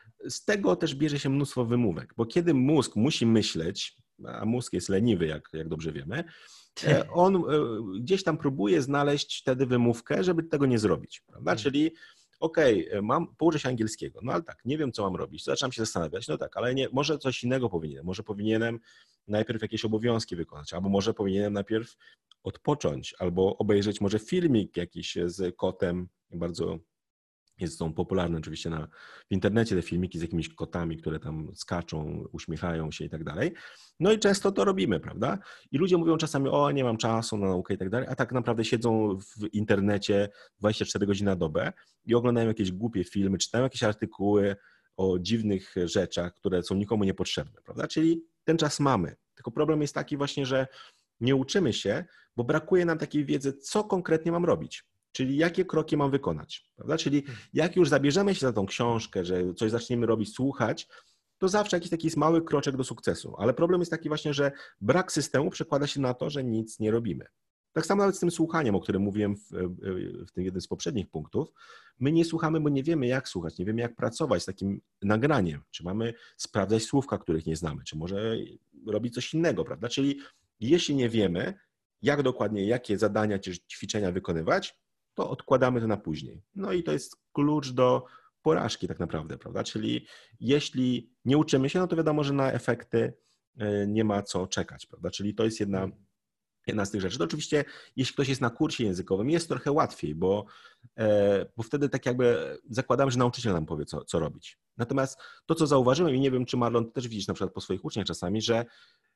z tego też bierze się mnóstwo wymówek, bo kiedy mózg musi myśleć, a mózg jest leniwy, jak, jak dobrze wiemy, e, on e, gdzieś tam próbuje znaleźć wtedy wymówkę, żeby tego nie zrobić. Prawda? Hmm. Czyli okej, okay, mam, pouczę się angielskiego, no ale tak, nie wiem, co mam robić, to zaczynam się zastanawiać, no tak, ale nie, może coś innego powinienem, może powinienem najpierw jakieś obowiązki wykonać, albo może powinienem najpierw odpocząć, albo obejrzeć może filmik jakiś z kotem, bardzo jest są popularne oczywiście na, w internecie te filmiki z jakimiś kotami, które tam skaczą, uśmiechają się i tak dalej. No i często to robimy, prawda? I ludzie mówią czasami, o, nie mam czasu na naukę i tak dalej, a tak naprawdę siedzą w internecie dwadzieścia cztery godziny na dobę i oglądają jakieś głupie filmy, czytają jakieś artykuły o dziwnych rzeczach, które są nikomu niepotrzebne, prawda? Czyli ten czas mamy. Tylko problem jest taki właśnie, że nie uczymy się, bo brakuje nam takiej wiedzy, co konkretnie mam robić. Czyli jakie kroki mam wykonać, prawda? Czyli jak już zabierzemy się za tą książkę, że coś zaczniemy robić, słuchać, to zawsze jakiś taki jest mały kroczek do sukcesu. Ale problem jest taki właśnie, że brak systemu przekłada się na to, że nic nie robimy. Tak samo nawet z tym słuchaniem, o którym mówiłem w, w tym jednym z poprzednich punktów. My nie słuchamy, bo nie wiemy, jak słuchać, nie wiemy, jak pracować z takim nagraniem. Czy mamy sprawdzać słówka, których nie znamy, czy może robić coś innego, prawda? Czyli jeśli nie wiemy, jak dokładnie, jakie zadania czy ćwiczenia wykonywać, to odkładamy to na później. No i to jest klucz do porażki tak naprawdę, prawda? Czyli jeśli nie uczymy się, no to wiadomo, że na efekty nie ma co czekać, prawda? Czyli to jest jedna, jedna z tych rzeczy. To oczywiście, jeśli ktoś jest na kursie językowym, jest trochę łatwiej, bo, bo wtedy tak jakby zakładamy, że nauczyciel nam powie, co, co robić. Natomiast to, co zauważyłem i nie wiem, czy Marlon, ty też widzisz na przykład po swoich uczniach czasami, że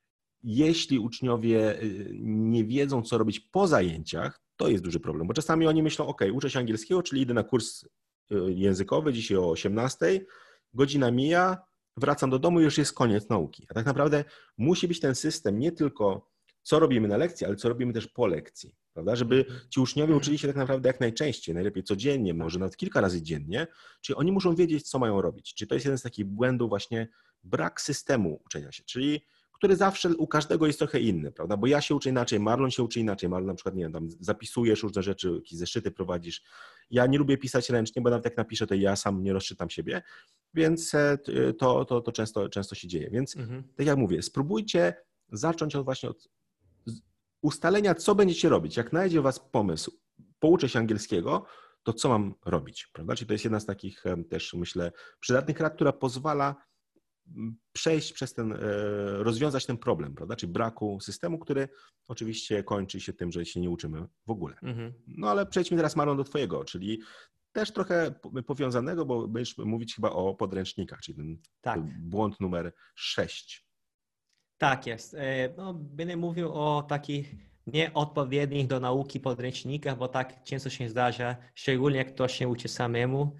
jeśli uczniowie nie wiedzą, co robić po zajęciach, to jest duży problem, bo czasami oni myślą, ok, uczę się angielskiego, czyli idę na kurs językowy, dzisiaj o osiemnastej, godzina mija, wracam do domu i już jest koniec nauki. A tak naprawdę musi być ten system nie tylko co robimy na lekcji, ale co robimy też po lekcji, prawda? Żeby ci uczniowie uczyli się tak naprawdę jak najczęściej, najlepiej codziennie, może nawet kilka razy dziennie, czyli oni muszą wiedzieć, co mają robić. Czyli to jest jeden z takich błędów właśnie brak systemu uczenia się, czyli który zawsze u każdego jest trochę inny, prawda? Bo ja się uczę inaczej, Marlon się uczy inaczej, Marlon na przykład, nie wiem, tam zapisujesz różne rzeczy, jakieś zeszyty prowadzisz. Ja nie lubię pisać ręcznie, bo nawet jak napiszę, to ja sam nie rozczytam siebie, więc to, to, to często, często się dzieje. Więc mhm. tak jak mówię, spróbujcie zacząć od właśnie od ustalenia, co będziecie robić. Jak znajdzie u was pomysł, pouczę się angielskiego, to co mam robić, prawda? Czyli to jest jedna z takich też, myślę, przydatnych rad, która pozwala przejść przez ten, rozwiązać ten problem, prawda? Czyli braku systemu, który oczywiście kończy się tym, że się nie uczymy w ogóle. Mhm. No ale przejdźmy teraz, Marlon, do twojego, czyli też trochę powiązanego, bo będziesz mówić chyba o podręcznikach, czyli ten, tak. ten błąd numer sześć. Tak jest. No, będę mówił o takich nieodpowiednich do nauki podręcznikach, bo tak często się zdarza, szczególnie jak ktoś się uczy samemu,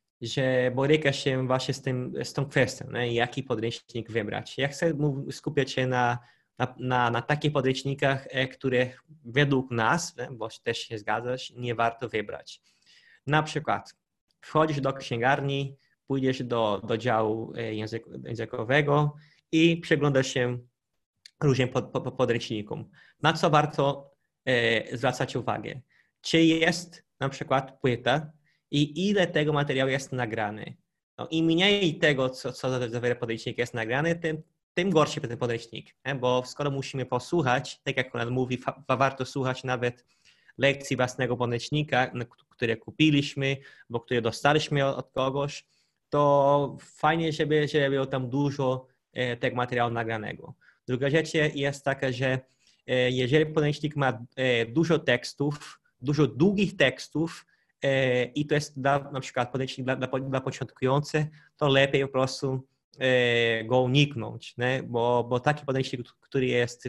że boryka się właśnie z, tym, z tą kwestią, nie? Jaki podręcznik wybrać. Ja chcę skupiać się na, na, na, na takich podręcznikach, których według nas, nie? Bo też się zgadzasz, nie warto wybrać. Na przykład wchodzisz do księgarni, pójdziesz do, do działu język, językowego i przeglądasz się różnym pod, pod, podręcznikom. Na co warto e, zwracać uwagę? Czy jest na przykład płyta i ile tego materiału jest nagrany. No, im mniej tego, co, co zawiera podręcznik, jest nagrany, tym, tym gorszy ten podręcznik. Nie? Bo skoro musimy posłuchać, tak jak on mówi, fa, warto słuchać nawet lekcji własnego podręcznika, które kupiliśmy, bo które dostaliśmy od, od kogoś, to fajnie, żeby, żeby było tam dużo e, tego materiału nagranego. Druga rzecz jest taka, że e, jeżeli podręcznik ma e, dużo tekstów, dużo długich tekstów, i to jest dla, na przykład podręcznik dla, dla, dla początkujących, to lepiej po prostu e, go uniknąć, nie? Bo, bo taki podręcznik, który jest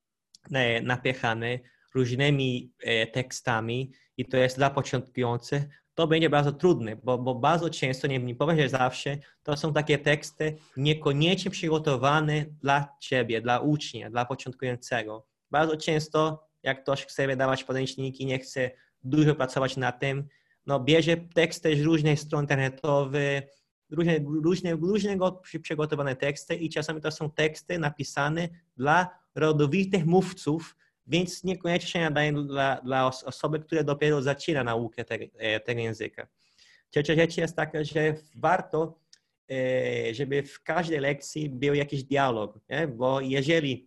e, napychany różnymi e, tekstami i to jest dla początkujących, to będzie bardzo trudne, bo, bo bardzo często, nie, nie powiem, że zawsze, to są takie teksty niekoniecznie przygotowane dla ciebie, dla ucznia, dla początkującego. Bardzo często, jak ktoś chce wydawać podręczniki, nie chce dużo pracować nad tym, no bierze teksty z różnych stron internetowych, różne, różne, różnego przygotowane teksty i czasami to są teksty napisane dla rodowitych mówców, więc niekoniecznie się nadają dla, dla osoby, które dopiero zaczyna naukę tego, tego języka. Trzecia rzecz jest taka, że warto, żeby w każdej lekcji był jakiś dialog, nie? Bo jeżeli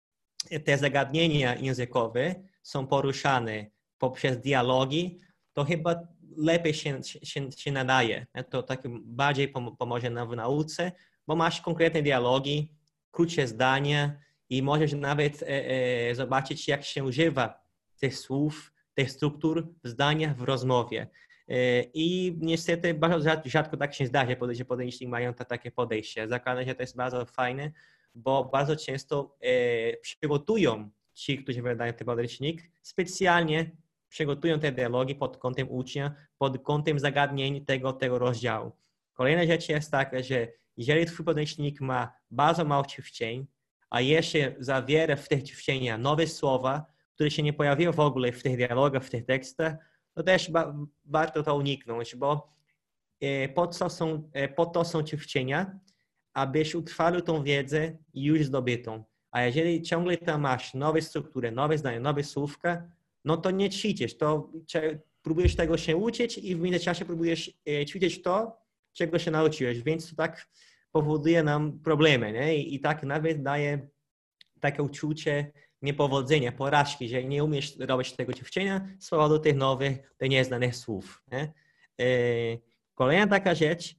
te zagadnienia językowe są poruszane poprzez dialogi, to chyba lepiej się, się, się nadaje. To tak bardziej pomoże nam w nauce, bo masz konkretne dialogi, krótsze zdania i możesz nawet e, e, zobaczyć, jak się używa tych słów, tych struktur w zdaniach, w rozmowie. E, I niestety bardzo rzadko tak się zdarza, że podręczniki mają to takie podejście. Zakładam, że to jest bardzo fajne, bo bardzo często e, przygotują ci, którzy wydają ten podręcznik, specjalnie przygotują te dialogi pod kątem ucznia, pod kątem zagadnień tego, tego rozdziału. Kolejna rzecz jest taka, że jeżeli twój podręcznik ma bardzo mało ćwiczeń, a jeszcze zawiera w tych ćwiczeniach nowe słowa, które się nie pojawiły w ogóle w tych dialogach, w tych tekstach, to też ba- warto to uniknąć, bo e, po, co są, e, po to są ćwiczenia, abyś utrwalił tą wiedzę już zdobytą. A jeżeli ciągle tam masz nowe struktury, nowe zdania, nowe słówka, no to nie ćwiczysz, to próbujesz tego się uczyć i w międzyczasie próbujesz ćwiczyć to, czego się nauczyłeś, więc to tak powoduje nam problemy, nie? I, i tak nawet daje takie uczucie niepowodzenia, porażki, że nie umiesz robić tego ćwiczenia z powodu tych nowych, tych nieznanych słów. Nie? Kolejna taka rzecz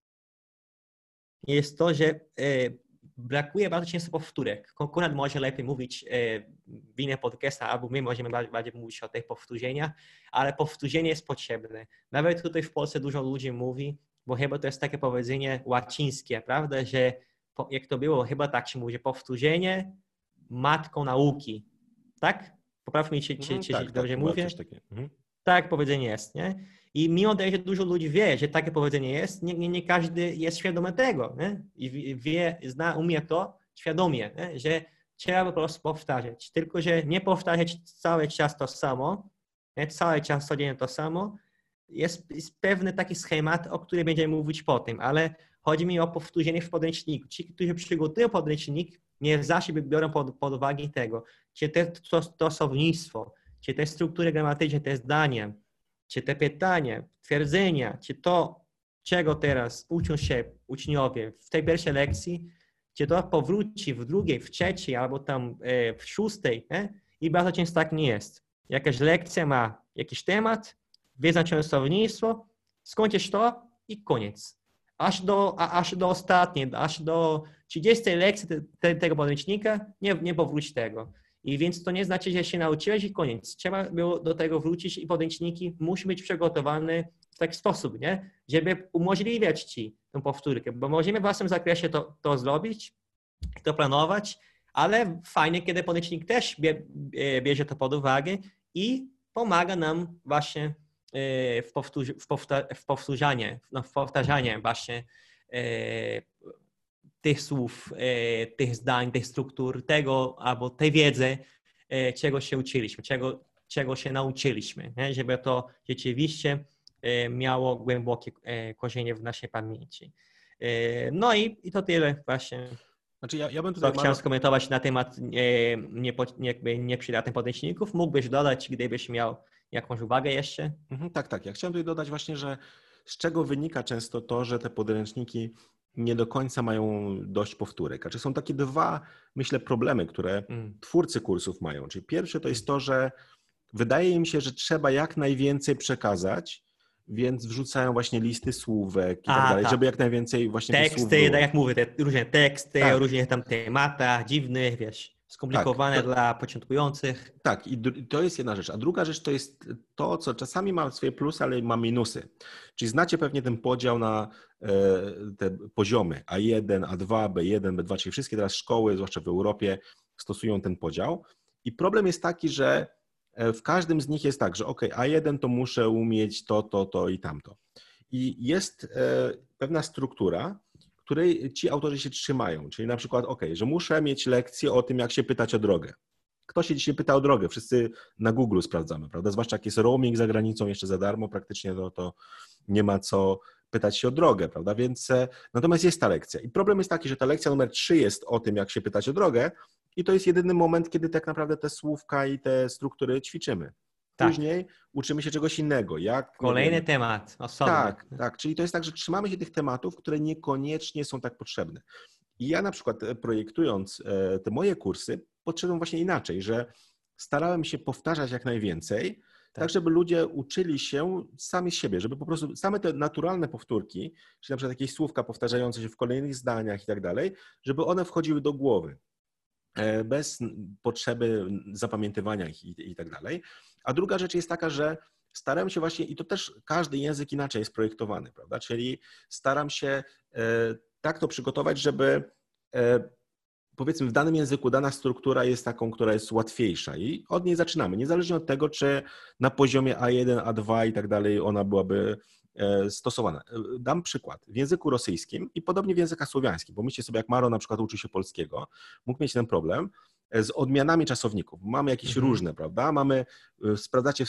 jest to, że brakuje bardzo często powtórek. Konkurent może lepiej mówić w innych podcastach, albo my możemy bardziej mówić o tych powtórzeniach, ale powtórzenie jest potrzebne. Nawet tutaj w Polsce dużo ludzi mówi, bo chyba to jest takie powiedzenie łacińskie, prawda, że jak to było, chyba tak się mówi, że powtórzenie matką nauki. Tak? Popraw mi, czy, czy, Mhm, czy tak, dobrze tak, mówię? mhm. Tak powiedzenie jest, nie? I mimo tego, że dużo ludzi wie, że takie powiedzenie jest, nie, nie, nie każdy jest świadomy tego, nie? I wie, zna, umie to świadomie, nie? Że trzeba po prostu powtarzać. Tylko, że nie powtarzać cały czas to samo, nie? Cały czas codziennie to samo. Jest, jest pewny taki schemat, o którym będziemy mówić potem, ale chodzi mi o powtórzenie w podręczniku. Ci, którzy przygotują podręcznik, nie zawsze biorą pod, pod uwagę tego, czy te, to, to słownictwo, czy te struktury gramatyczne, te zdania, czy te pytania, twierdzenia, czy to, czego teraz uczą się uczniowie w tej pierwszej lekcji, czy to powróci w drugiej, w trzeciej albo tam e, w szóstej. Nie? I bardzo często tak nie jest. Jakaś lekcja ma jakiś temat, wyznaczone słownictwo, skończysz to i koniec. Aż do, a, aż do ostatniej, aż do trzydziestej lekcji te, te, tego podręcznika nie, nie powróci tego. I więc to nie znaczy, że się nauczyłeś i koniec. Trzeba było do tego wrócić i podręczniki muszą być przygotowane w taki sposób, nie? Żeby umożliwiać ci tę powtórkę, bo możemy w własnym zakresie to, to zrobić, to planować, ale fajnie, kiedy podręcznik też bie, bierze to pod uwagę i pomaga nam właśnie w, powtórz, w, powta, w powtórzanie, no, w powtarzanie właśnie tych słów, tych zdań, tych struktur, tego albo tej wiedzy, czego się uczyliśmy, czego, czego się nauczyliśmy, nie? Żeby to rzeczywiście miało głębokie korzenie w naszej pamięci. No i, i to tyle właśnie. Znaczy ja, ja bym tutaj co chciałem skomentować na temat nieprzydatnych podręczników. Mógłbyś dodać, gdybyś miał jakąś uwagę jeszcze? Mhm, tak, tak. Ja chciałem tutaj dodać właśnie, że z czego wynika często to, że te podręczniki nie do końca mają dość powtórek. Znaczy są takie dwa, myślę, problemy, które mm. twórcy kursów mają. Czyli pierwszy to jest to, że wydaje im się, że trzeba jak najwięcej przekazać, więc wrzucają właśnie listy słówek i tak dalej, żeby jak najwięcej właśnie teksty, tych słów było. Tak jak mówię, te różne teksty, tak. o różnych tam tematach, dziwnych, wiesz, skomplikowane tak, to, dla początkujących. Tak, i to jest jedna rzecz. A druga rzecz to jest to, co czasami ma swoje plusy, ale ma minusy. Czyli znacie pewnie ten podział na te poziomy A jeden, A dwa, B jeden, B dwa, czyli wszystkie teraz szkoły, zwłaszcza w Europie, stosują ten podział. I problem jest taki, że w każdym z nich jest tak, że ok, A jeden to muszę umieć to, to, to i tamto. I jest pewna struktura, której ci autorzy się trzymają. Czyli na przykład, ok, że muszę mieć lekcję o tym, jak się pytać o drogę. Kto się dzisiaj pyta o drogę? Wszyscy na Google sprawdzamy, prawda? Zwłaszcza jak jest roaming za granicą jeszcze za darmo praktycznie, to, to nie ma co pytać się o drogę, prawda? Więc natomiast jest ta lekcja. I problem jest taki, że ta lekcja numer trzy jest o tym, jak się pytać o drogę i to jest jedyny moment, kiedy tak naprawdę te słówka i te struktury ćwiczymy. Później tak. uczymy się czegoś innego. Jak, Kolejny wiem, temat, osobny. Tak, tak. Czyli to jest tak, że trzymamy się tych tematów, które niekoniecznie są tak potrzebne. I ja na przykład projektując te moje kursy, podszedłem właśnie inaczej, że starałem się powtarzać jak najwięcej, tak. tak żeby ludzie uczyli się sami z siebie, żeby po prostu same te naturalne powtórki, czyli na przykład jakieś słówka powtarzające się w kolejnych zdaniach i tak dalej, żeby one wchodziły do głowy bez potrzeby zapamiętywania ich i, i tak dalej. A druga rzecz jest taka, że staram się właśnie, i to też każdy język inaczej jest projektowany, prawda? Czyli staram się tak to przygotować, żeby powiedzmy w danym języku dana struktura jest taką, która jest łatwiejsza i od niej zaczynamy, niezależnie od tego, czy na poziomie A jeden, A dwa i tak dalej ona byłaby stosowana. Dam przykład. W języku rosyjskim i podobnie w językach słowiańskich, bo myślcie sobie, jak Maro na przykład uczy się polskiego, mógł mieć ten problem z odmianami czasowników. Mamy jakieś mhm. różne, prawda? Mamy, sprawdzacie w,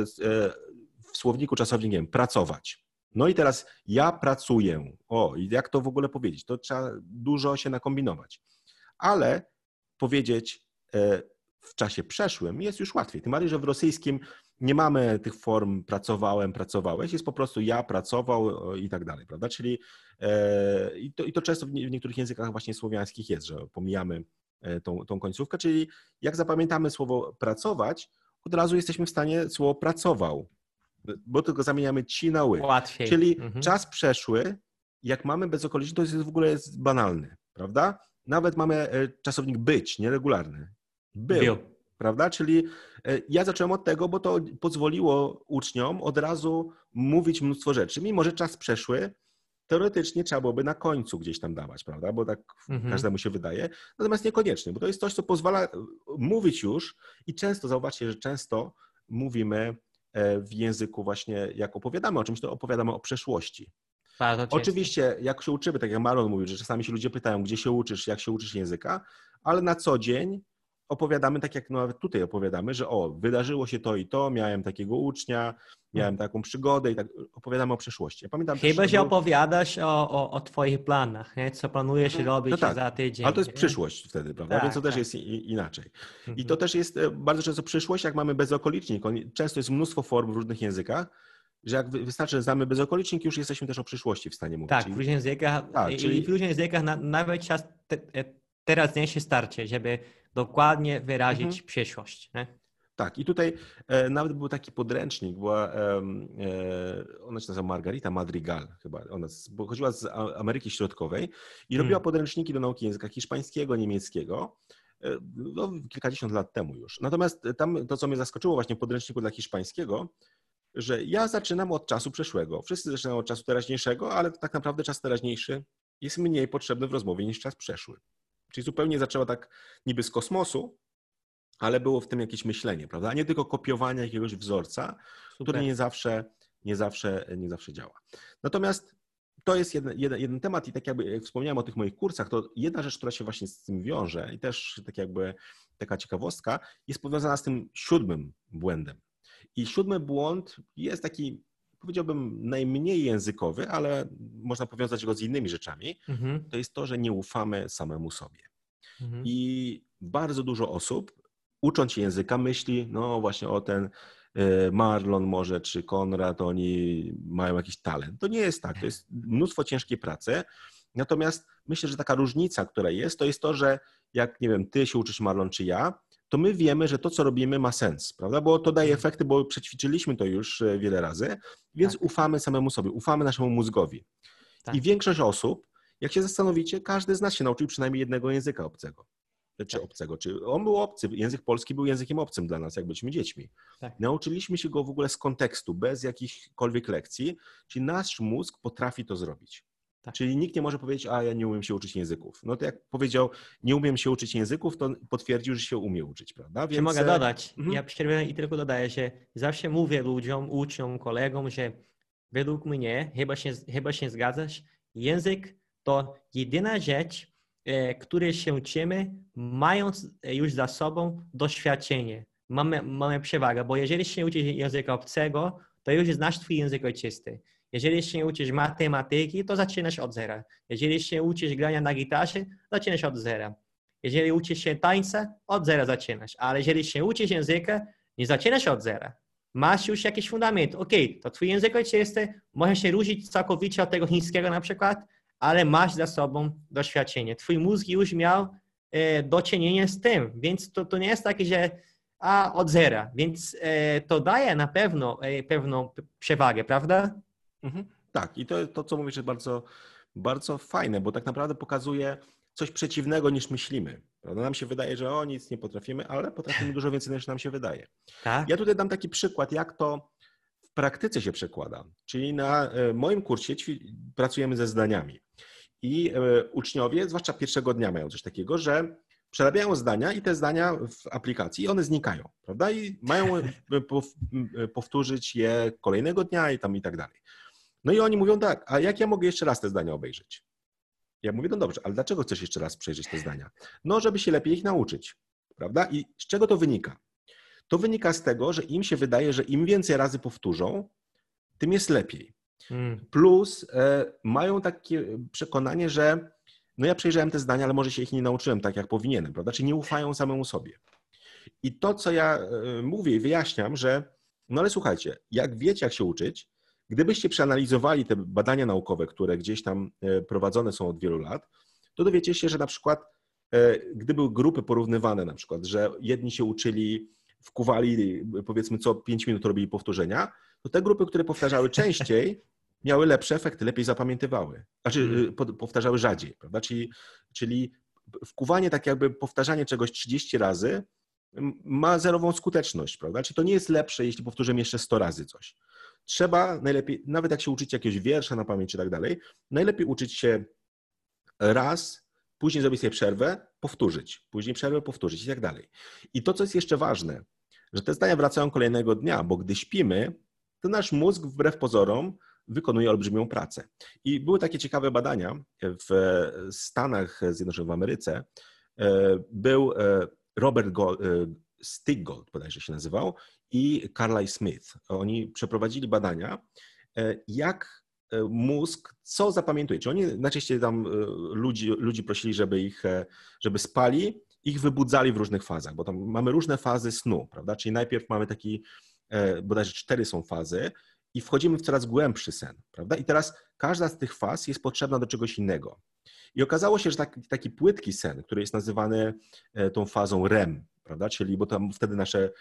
w słowniku czasownik, nie wiem, pracować. No i teraz ja pracuję. O, i jak to w ogóle powiedzieć? To trzeba dużo się nakombinować. Ale powiedzieć w czasie przeszłym jest już łatwiej. Tym bardziej, że w rosyjskim nie mamy tych form pracowałem, pracowałeś, jest po prostu ja pracował i tak dalej, prawda? Czyli i to, i to często w niektórych językach właśnie słowiańskich jest, że pomijamy tą, tą końcówkę, czyli jak zapamiętamy słowo pracować, od razu jesteśmy w stanie słowo pracował, bo tylko zamieniamy ci na ły. Łatwiej. Czyli Mhm. czas przeszły, jak mamy bezokoliczny, to jest w ogóle jest banalny, prawda? Nawet mamy czasownik być, nieregularny. Był. Był. Prawda? Czyli ja zacząłem od tego, bo to pozwoliło uczniom od razu mówić mnóstwo rzeczy. Mimo że czas przeszły, teoretycznie trzeba byłoby na końcu gdzieś tam dawać, prawda? Bo tak mhm. każdemu się wydaje. Natomiast niekoniecznie, bo to jest coś, co pozwala mówić już i często, zauważcie, że często mówimy w języku właśnie, jak opowiadamy o czymś, to opowiadamy o przeszłości. Oczywiście, jak się uczymy, tak jak Marlon mówił, że czasami się ludzie pytają, gdzie się uczysz, jak się uczysz języka, ale na co dzień opowiadamy tak, jak nawet tutaj opowiadamy, że o, wydarzyło się to i to, miałem takiego ucznia, miałem taką przygodę i tak opowiadamy o przeszłości. Ja pamiętam Chyba, też, że był... opowiadasz o, o, o twoich planach, nie? Co planujesz mhm. robić no tak, za tydzień. Ale to jest nie? przyszłość wtedy, prawda? Tak, Więc to też tak. jest inaczej. Mhm. I to też jest bardzo często przyszłość, jak mamy bezokolicznik. Często jest mnóstwo form w różnych językach, że jak wystarczy, że znamy bezokolicznik, już jesteśmy też o przyszłości w stanie mówić. Tak, w różnych językach, tak, czyli... w różnych językach na, nawet czas te, teraźniejsze starcie, żeby dokładnie wyrazić mhm. przyszłość. Nie? Tak, i tutaj e, nawet był taki podręcznik, była, e, ona się nazywa Margarita Madrigal chyba, ona pochodziła z Ameryki Środkowej i robiła hmm. podręczniki do nauki języka hiszpańskiego, niemieckiego, e, no, kilkadziesiąt lat temu już. Natomiast tam to, co mnie zaskoczyło właśnie w podręczniku dla hiszpańskiego, że ja zaczynam od czasu przeszłego. Wszyscy zaczynają od czasu teraźniejszego, ale tak naprawdę czas teraźniejszy jest mniej potrzebny w rozmowie niż czas przeszły. Czyli zupełnie zaczęła tak niby z kosmosu, ale było w tym jakieś myślenie, prawda? A nie tylko kopiowanie jakiegoś wzorca, Super. który nie zawsze, nie, zawsze, nie zawsze działa. Natomiast to jest jeden, jeden, jeden temat i tak jakby jak wspomniałem o tych moich kursach, to jedna rzecz, która się właśnie z tym wiąże i też tak jakby taka ciekawostka, jest powiązana z tym siódmym błędem. I siódmy błąd jest taki, powiedziałbym, najmniej językowy, ale można powiązać go z innymi rzeczami. Mhm. To jest to, że nie ufamy samemu sobie. Mhm. I bardzo dużo osób, ucząc się języka, myśli, no właśnie o ten Marlon może, czy Konrad, oni mają jakiś talent. To nie jest tak, to jest mnóstwo ciężkiej pracy. Natomiast myślę, że taka różnica, która jest, to jest to, że jak, nie wiem, ty się uczysz, Marlon, czy ja, to my wiemy, że to, co robimy, ma sens, prawda? Bo to daje efekty, bo przećwiczyliśmy to już wiele razy, więc tak. ufamy samemu sobie, ufamy naszemu mózgowi. Tak. I większość osób, jak się zastanowicie, każdy z nas się nauczył przynajmniej jednego języka obcego. Czy tak. obcego, czy on był obcy, język polski był językiem obcym dla nas, jak byliśmy dziećmi. Tak. Nauczyliśmy się go w ogóle z kontekstu, bez jakichkolwiek lekcji, czyli nasz mózg potrafi to zrobić. Tak. Czyli nikt nie może powiedzieć, a ja nie umiem się uczyć języków. No to jak powiedział, nie umiem się uczyć języków, to potwierdził, że się umie uczyć, prawda? Więc... Czy mogę dodać? Mhm. Ja przerwę i tylko dodaję, że zawsze mówię ludziom, uczniom, kolegom, że według mnie, chyba się, chyba się zgadzasz, język to jedyna rzecz, które się uczymy, mając już za sobą doświadczenie. Mamy, mamy przewagę, bo jeżeli się uczysz języka obcego, to już znasz twój język ojczysty. Jeżeli się uczysz matematyki, to zaczynasz od zera. Jeżeli się uczysz grania na gitarze, zaczynasz od zera. Jeżeli uczysz się tańca, od zera zaczynasz. Ale jeżeli się uczysz języka, nie zaczynasz od zera. Masz już jakiś fundament. Okej, okay, to twój język ojczysty może się różnić całkowicie od tego chińskiego na przykład, ale masz za sobą doświadczenie. Twój mózg już miał e, do czynienia z tym, więc to, to nie jest takie, że a, od zera. Więc e, to daje na pewno e, pewną przewagę, prawda? Mhm. Tak, i to, to co mówisz, jest bardzo, bardzo fajne, bo tak naprawdę pokazuje coś przeciwnego niż myślimy. Prawda? Nam się wydaje, że o nic nie potrafimy, ale potrafimy dużo więcej niż nam się wydaje. Tak? Ja tutaj dam taki przykład, jak to w praktyce się przekłada. Czyli na moim kursie pracujemy ze zdaniami i uczniowie, zwłaszcza pierwszego dnia, mają coś takiego, że przerabiają zdania i te zdania w aplikacji i one znikają, prawda? I mają powtórzyć je kolejnego dnia i tam i tak dalej. No i oni mówią tak, a jak ja mogę jeszcze raz te zdania obejrzeć? Ja mówię, no dobrze, ale dlaczego chcesz jeszcze raz przejrzeć te zdania? No, żeby się lepiej ich nauczyć, prawda? I z czego to wynika? To wynika z tego, że im się wydaje, że im więcej razy powtórzą, tym jest lepiej. Hmm. Plus e, mają takie przekonanie, że no ja przejrzałem te zdania, ale może się ich nie nauczyłem tak, jak powinienem, prawda? Czyli nie ufają samemu sobie. I to, co ja e, mówię i wyjaśniam, że no ale słuchajcie, jak wiecie, jak się uczyć, gdybyście przeanalizowali te badania naukowe, które gdzieś tam prowadzone są od wielu lat, to dowiecie się, że na przykład gdy były grupy porównywane na przykład, że jedni się uczyli, wkuwali, powiedzmy co pięć minut robili powtórzenia, to te grupy, które powtarzały częściej, miały lepsze efekty, lepiej zapamiętywały. Znaczy hmm. powtarzały rzadziej, prawda? Czyli, czyli wkuwanie, tak jakby powtarzanie czegoś trzydzieści razy ma zerową skuteczność, prawda? Czyli to nie jest lepsze, jeśli powtórzymy jeszcze sto razy coś. Trzeba najlepiej, nawet jak się uczyć jakiegoś wiersza na pamięć czy tak dalej, najlepiej uczyć się raz, później zrobić sobie przerwę, powtórzyć, później przerwę, powtórzyć i tak dalej. I to, co jest jeszcze ważne, że te zdania wracają kolejnego dnia, bo gdy śpimy, to nasz mózg wbrew pozorom wykonuje olbrzymią pracę. I były takie ciekawe badania w Stanach Zjednoczonych, w Ameryce. Był Robert Stiggold, bodajże się nazywał, i Carly Smith. Oni przeprowadzili badania, jak mózg, co zapamiętuje. Czy oni najczęściej tam ludzi, ludzi prosili, żeby ich, żeby spali, ich wybudzali w różnych fazach, bo tam mamy różne fazy snu, prawda? Czyli najpierw mamy taki, bodajże cztery są fazy i wchodzimy w coraz głębszy sen, prawda? I teraz każda z tych faz jest potrzebna do czegoś innego. I okazało się, że taki, taki płytki sen, który jest nazywany tą fazą R E M, prawda? Czyli bo tam wtedy nasze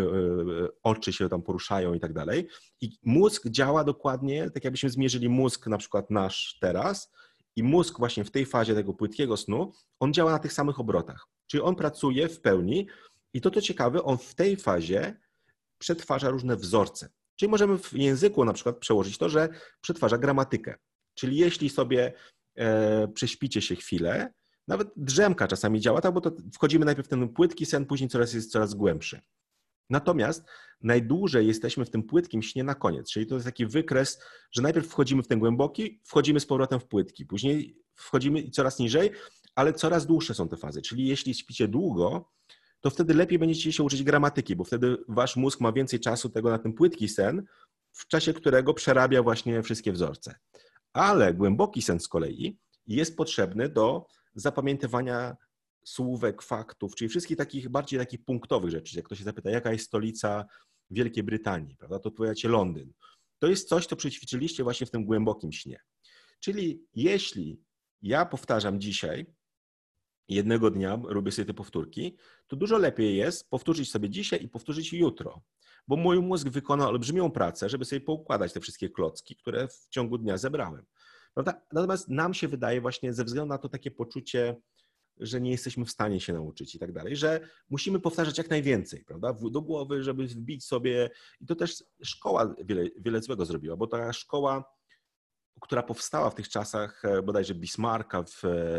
oczy się tam poruszają i tak dalej. I mózg działa dokładnie, tak jakbyśmy zmierzyli mózg na przykład nasz teraz i mózg właśnie w tej fazie tego płytkiego snu, on działa na tych samych obrotach. Czyli on pracuje w pełni i to, co ciekawe, on w tej fazie przetwarza różne wzorce. Czyli możemy w języku na przykład przełożyć to, że przetwarza gramatykę. Czyli jeśli sobie e, prześpicie się chwilę, nawet drzemka czasami działa, tak, bo to wchodzimy najpierw w ten płytki sen, później coraz jest coraz głębszy. Natomiast najdłużej jesteśmy w tym płytkim śnie na koniec, czyli to jest taki wykres, że najpierw wchodzimy w ten głęboki, wchodzimy z powrotem w płytki, później wchodzimy coraz niżej, ale coraz dłuższe są te fazy. Czyli jeśli śpicie długo, to wtedy lepiej będziecie się uczyć gramatyki, bo wtedy wasz mózg ma więcej czasu tego na ten płytki sen, w czasie którego przerabia właśnie wszystkie wzorce. Ale głęboki sen z kolei jest potrzebny do zapamiętywania słówek, faktów, czyli wszystkich takich bardziej takich punktowych rzeczy. Jak ktoś się zapyta, jaka jest stolica Wielkiej Brytanii, prawda, to odpowiadacie Londyn. To jest coś, co przećwiczyliście właśnie w tym głębokim śnie. Czyli jeśli ja powtarzam dzisiaj, jednego dnia robię sobie te powtórki, to dużo lepiej jest powtórzyć sobie dzisiaj i powtórzyć jutro, bo mój mózg wykona olbrzymią pracę, żeby sobie poukładać te wszystkie klocki, które w ciągu dnia zebrałem. Prawda? Natomiast nam się wydaje właśnie ze względu na to takie poczucie, że nie jesteśmy w stanie się nauczyć i tak dalej, że musimy powtarzać jak najwięcej, prawda, do głowy, żeby wbić sobie i to też szkoła wiele, wiele złego zrobiła, bo ta szkoła, która powstała w tych czasach bodajże Bismarcka, w,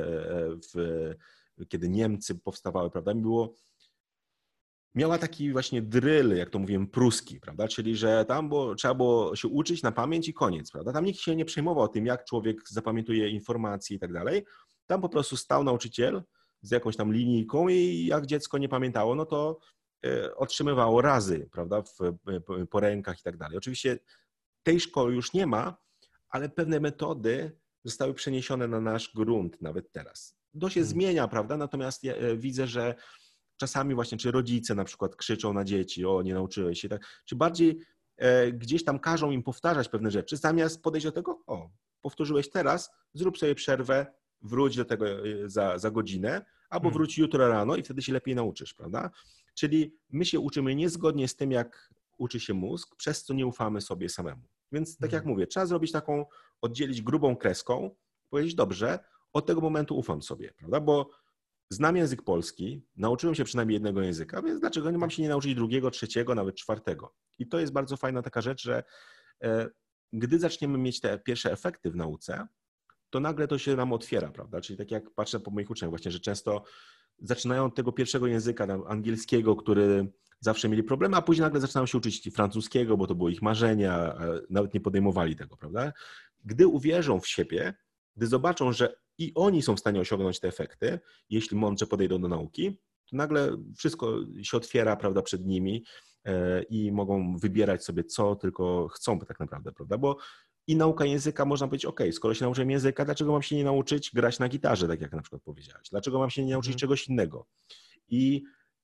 w, kiedy Niemcy powstawały, prawda, było, miała taki właśnie drill, jak to mówiłem, pruski, prawda, czyli że tam było, trzeba było się uczyć na pamięć i koniec, prawda, tam nikt się nie przejmował tym, jak człowiek zapamiętuje informacje i tak dalej. Tam po prostu stał nauczyciel z jakąś tam linijką i jak dziecko nie pamiętało, no to otrzymywało razy, prawda, w, po rękach i tak dalej. Oczywiście tej szkoły już nie ma, ale pewne metody zostały przeniesione na nasz grunt nawet teraz. To się hmm. zmienia, prawda, natomiast ja widzę, że czasami właśnie, czy rodzice na przykład krzyczą na dzieci, o nie nauczyłeś się, tak, czy bardziej e, gdzieś tam każą im powtarzać pewne rzeczy, zamiast podejść do tego, o, powtórzyłeś teraz, zrób sobie przerwę, wróć do tego za, za godzinę, albo hmm. wróć jutro rano i wtedy się lepiej nauczysz, prawda? Czyli my się uczymy niezgodnie z tym, jak uczy się mózg, przez co nie ufamy sobie samemu. Więc tak hmm. jak mówię, trzeba zrobić taką, oddzielić grubą kreską, powiedzieć, dobrze, od tego momentu ufam sobie, prawda? Bo znam język polski, nauczyłem się przynajmniej jednego języka, więc dlaczego nie mam się nie nauczyć drugiego, trzeciego, nawet czwartego? I to jest bardzo fajna taka rzecz, że e, gdy zaczniemy mieć te pierwsze efekty w nauce, to nagle to się nam otwiera, prawda? Czyli tak jak patrzę po moich uczniach właśnie, że często zaczynają od tego pierwszego języka angielskiego, który zawsze mieli problemy, a później nagle zaczynają się uczyć francuskiego, bo to było ich marzenie, a nawet nie podejmowali tego, prawda? Gdy uwierzą w siebie, gdy zobaczą, że i oni są w stanie osiągnąć te efekty, jeśli mądrze podejdą do nauki, to nagle wszystko się otwiera, prawda, przed nimi i mogą wybierać sobie, co tylko chcą tak naprawdę, prawda? Bo i nauka języka, można powiedzieć, ok, skoro się nauczyłem języka, dlaczego mam się nie nauczyć grać na gitarze, tak jak na przykład powiedziałeś? Dlaczego mam się nie nauczyć mm. czegoś innego? I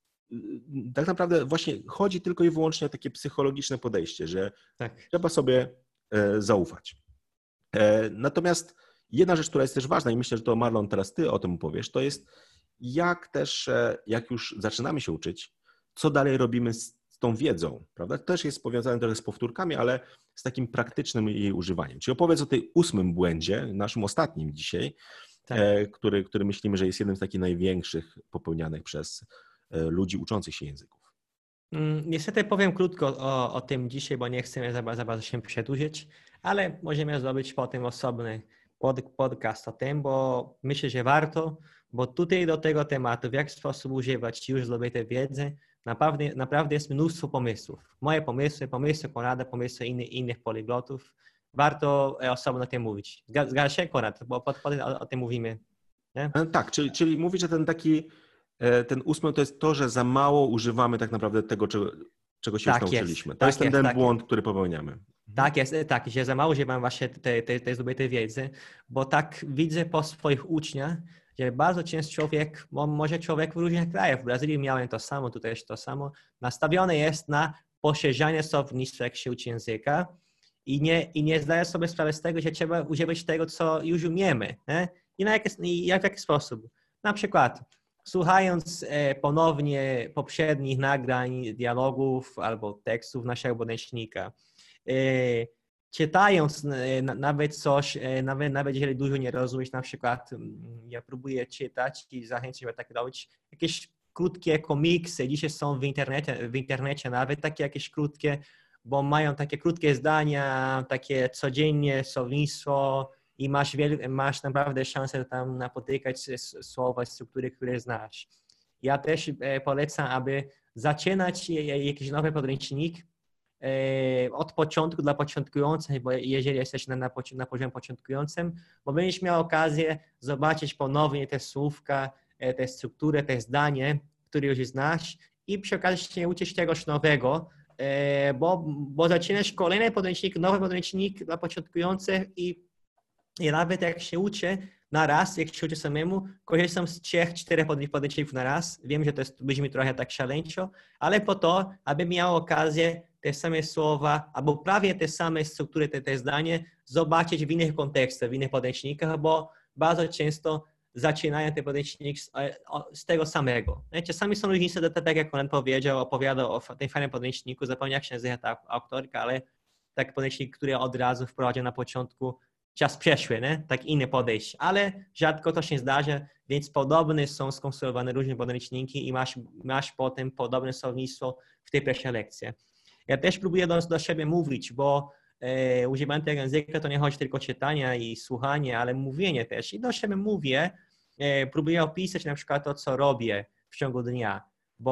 tak naprawdę właśnie chodzi tylko i wyłącznie o takie psychologiczne podejście, że tak. trzeba sobie e, zaufać. E, natomiast jedna rzecz, która jest też ważna i myślę, że to Marlon teraz ty o tym powiesz, to jest jak też, jak już zaczynamy się uczyć, co dalej robimy z tą wiedzą, prawda? To też jest powiązane trochę z powtórkami, ale z takim praktycznym jej używaniem. Czyli opowiedz o tej ósmym błędzie, naszym ostatnim dzisiaj, Tak. który, który myślimy, że jest jednym z takich największych popełnianych przez ludzi uczących się języków. Niestety powiem krótko o, o tym dzisiaj, bo nie chcemy za, za bardzo się przedłużyć, ale możemy zrobić potem osobny pod, podcast o tym, bo myślę, że warto, bo tutaj do tego tematu, w jaki sposób używać już zdobytej wiedzy, naprawdę, naprawdę jest mnóstwo pomysłów. Moje pomysły, pomysły Konrada, pomysły innych, innych poliglotów. Warto osobno o tym mówić. Zgadza się, Konrad? Bo potem o, o tym mówimy. Nie? Tak, czyli, czyli mówisz, że ten taki ten ósmy to jest to, że za mało używamy tak naprawdę tego, czego, czego się tak już nauczyliśmy. Jest, to tak jest ten, jest, ten tak błąd, jest. który popełniamy. Tak jest, tak, że za mało używam właśnie tej, tej, tej zdobytej wiedzy, bo tak widzę po swoich uczniach, że bardzo często człowiek, może człowiek w różnych krajach, w Brazylii miałem to samo, tutaj jest to samo, nastawiony jest na poszerzanie słownictwa, jak się uczy języka i nie, i nie zdaje sobie sprawy z tego, że trzeba używać tego, co już umiemy. Nie? I, na jak, i jak, w jaki sposób? Na przykład słuchając ponownie poprzednich nagrań, dialogów albo tekstów naszego podręcznika, czytając nawet coś, nawet, nawet jeżeli dużo nie rozumiesz, na przykład ja próbuję czytać i zachęcam, żeby tak robić, jakieś krótkie komiksy, dzisiaj są w internecie, w internecie nawet takie jakieś krótkie, bo mają takie krótkie zdania, takie codziennie słownictwo, i masz, wiel- masz naprawdę szansę tam napotykać słowa, struktury, które znasz. Ja też polecam, aby zaczynać jakiś nowy podręcznik od początku dla początkujących, bo jeżeli jesteś na, na, na poziomie początkującym, bo będziesz miał okazję zobaczyć ponownie te słówka, te struktury, te zdanie, które już znasz i przy okazji się uczysz czegoś nowego, bo, bo zaczynasz kolejny podręcznik, nowy podręcznik dla początkujących i I nawet jak się uczę na raz, jak się uczę samemu, korzystam z trzech, czterech podręczników na raz. Wiem, że to jest, brzmi trochę tak szaleńczo, ale po to, aby miał okazję te same słowa, albo prawie te same struktury, te, te zdanie zobaczyć w innych kontekstach, w innych podręcznikach, bo bardzo często zaczynają te podręczniki z, z tego samego. Czasami są różnice, tak jak on powiedział, opowiadał o tym fajnym podręczniku, zapomniałem jak się nazywa ta autorka, ale taki podręcznik, który od razu wprowadził na początku czas przeszły, nie? Tak inne podejście, ale rzadko to się zdarza, więc podobne są skonstruowane różne podręczniki i masz, masz potem podobne słownictwo w tej pierwszej lekcji. Ja też próbuję do, do siebie mówić, bo e, używając tego języka to nie chodzi tylko o czytanie i słuchanie, ale mówienie też. I do siebie mówię, e, próbuję opisać na przykład to, co robię w ciągu dnia,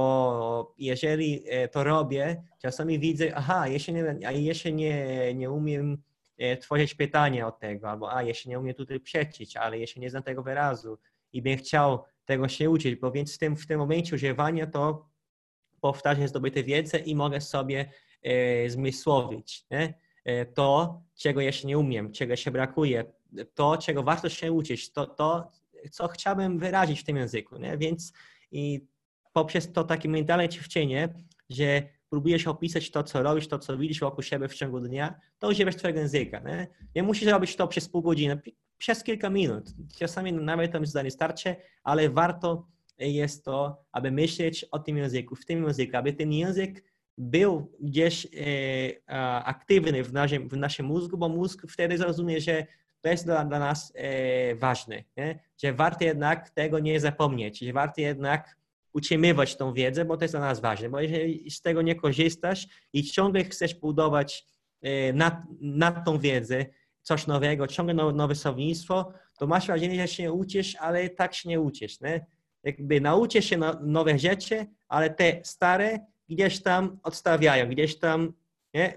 bo jeżeli to robię, czasami widzę, aha, jeśli nie, jeśli nie, nie umiem tworzyć pytanie od tego, albo a, jeśli nie umiem tutaj przeczyć, ale jeśli nie znam tego wyrazu i bym chciał tego się uczyć, bo więc w tym, w tym momencie używania to powtarzam zdobyte wiedzę i mogę sobie e, zmysłowić nie? E, to, czego jeszcze nie umiem, czego się brakuje, to, czego warto się uczyć, to, to co chciałbym wyrazić w tym języku, nie? Więc i poprzez to takie mentalne ćwiczenie, że próbujesz opisać to, co robisz, to, co widzisz wokół siebie w ciągu dnia, to używasz twojego języka. Nie, nie musisz robić to przez pół godziny, przez kilka minut. Czasami nawet to zdanie starczy, ale warto jest to, aby myśleć o tym języku, w tym języku, aby ten język był gdzieś e, aktywny w naszym, w naszym mózgu, bo mózg wtedy zrozumie, że to jest dla, dla nas e, ważne, nie? Że warto jednak tego nie zapomnieć, że warto jednak utrzymywać tą wiedzę, bo to jest dla nas ważne, bo jeżeli z tego nie korzystasz i ciągle chcesz budować nad, nad tą wiedzę coś nowego, ciągle nowe, nowe słownictwo, to masz wrażenie, że się uczysz, ale tak się nie uczysz. Nie? Jakby nauczysz się no, nowych rzeczy, ale te stare gdzieś tam odstawiają, gdzieś tam nie?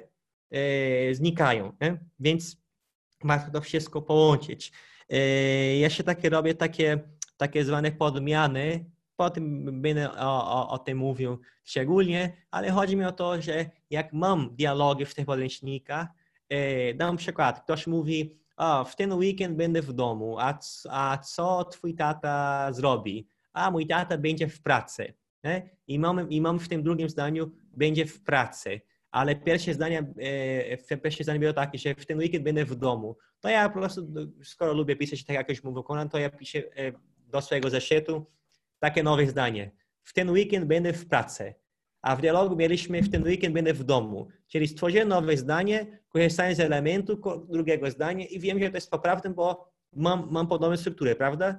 E, znikają. Nie? Więc warto to wszystko połączyć. E, ja się takie robię, takie, takie zwane podmiany. Potem będę o, o, o tym mówił szczególnie, ale chodzi mi o to, że jak mam dialogi w tych podręcznikach, e, dam przykład, ktoś mówi, o, w ten weekend będę w domu, a, a co twój tata zrobi? A mój tata będzie w pracy. Nie? I, mam, I mam w tym drugim zdaniu, będzie w pracy. Ale pierwsze zdanie, e, pierwsze zdanie było takie, że w ten weekend będę w domu. To ja po prostu, skoro lubię pisać tak jak już mówił Konrad, to ja piszę e, do swojego zeszytu, takie nowe zdanie. W ten weekend będę w pracy. A w dialogu mieliśmy w ten weekend będę w domu. Czyli stworzyłem nowe zdanie, korzystając z elementu drugiego zdania i wiem, że to jest poprawne, bo mam, mam podobną strukturę, prawda?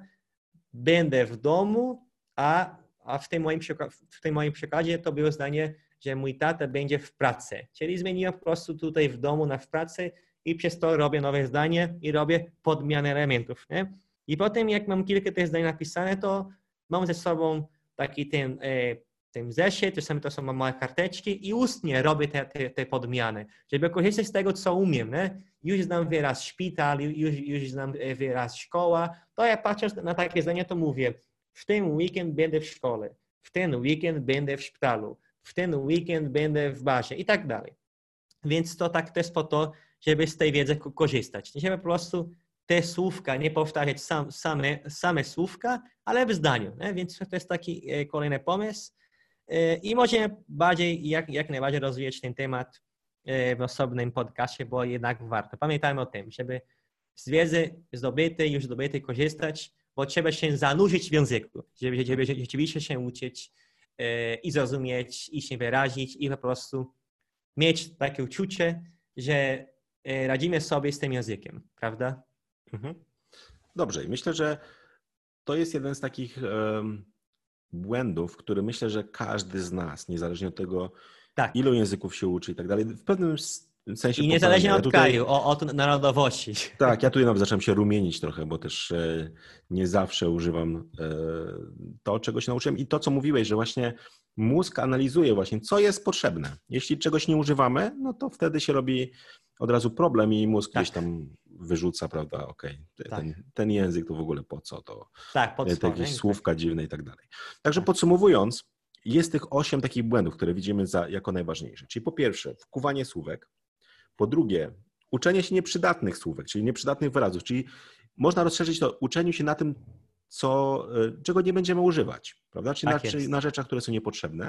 Będę w domu, a, a w, tym moim, w tym moim przykładzie to było zdanie, że mój tata będzie w pracy. Czyli zmieniłem po prostu tutaj w domu na w pracy i przez to robię nowe zdanie i robię podmianę elementów. Nie? I potem jak mam kilka tych zdań napisane, to mam ze sobą taki ten, e, ten zeszyt, czasami to są małe karteczki i ustnie robię te, te, te podmiany, żeby korzystać z tego, co umiem. Nie? Już znam wyraz szpital, już, już znam wyraz szkoła, to ja patrząc na takie zdania, to mówię, w ten weekend będę w szkole, w ten weekend będę w szpitalu, w ten weekend będę w barze i tak dalej. Więc to tak też po to, żeby z tej wiedzy korzystać. Żeby po prostu te słówka nie powtarzać sam, same, same słówka, ale w zdaniu. Nie? Więc to jest taki e, kolejny pomysł. E, I możemy bardziej, jak, jak najbardziej rozwijać ten temat e, w osobnym podcastie, bo jednak warto. Pamiętajmy o tym, żeby z wiedzy zdobytej, już zdobytej korzystać, bo trzeba się zanurzyć w języku, żeby, żeby rzeczywiście się uczyć e, i zrozumieć, i się wyrazić, i po prostu mieć takie uczucie, że radzimy sobie z tym językiem, prawda? Mhm. Dobrze. I myślę, że to jest jeden z takich um, błędów, który myślę, że każdy z nas, niezależnie od tego, tak. ilu języków się uczy i tak dalej, w pewnym sensie I niezależnie popełnia. od ja tutaj, kraju, o, od narodowości. Tak, ja tutaj nawet zacząłem się rumienić trochę, bo też e, nie zawsze używam e, to, czego się nauczyłem i to, co mówiłeś, że właśnie mózg analizuje właśnie, co jest potrzebne. Jeśli czegoś nie używamy, no to wtedy się robi od razu problem i mózg tak. gdzieś tam wyrzuca, prawda, okej, okay, tak. ten, ten język to w ogóle po co, to tak, po co, te jakieś nie? słówka tak. dziwne i tak dalej. Także tak. podsumowując, jest tych osiem takich błędów, które widzimy za, jako najważniejsze. Czyli po pierwsze, wkuwanie słówek. Po drugie, uczenie się nieprzydatnych słówek, czyli nieprzydatnych wyrazów, czyli można rozszerzyć to uczeniu się na tym, co, czego nie będziemy używać, prawda? Czyli, tak na, czyli na rzeczach, które są niepotrzebne.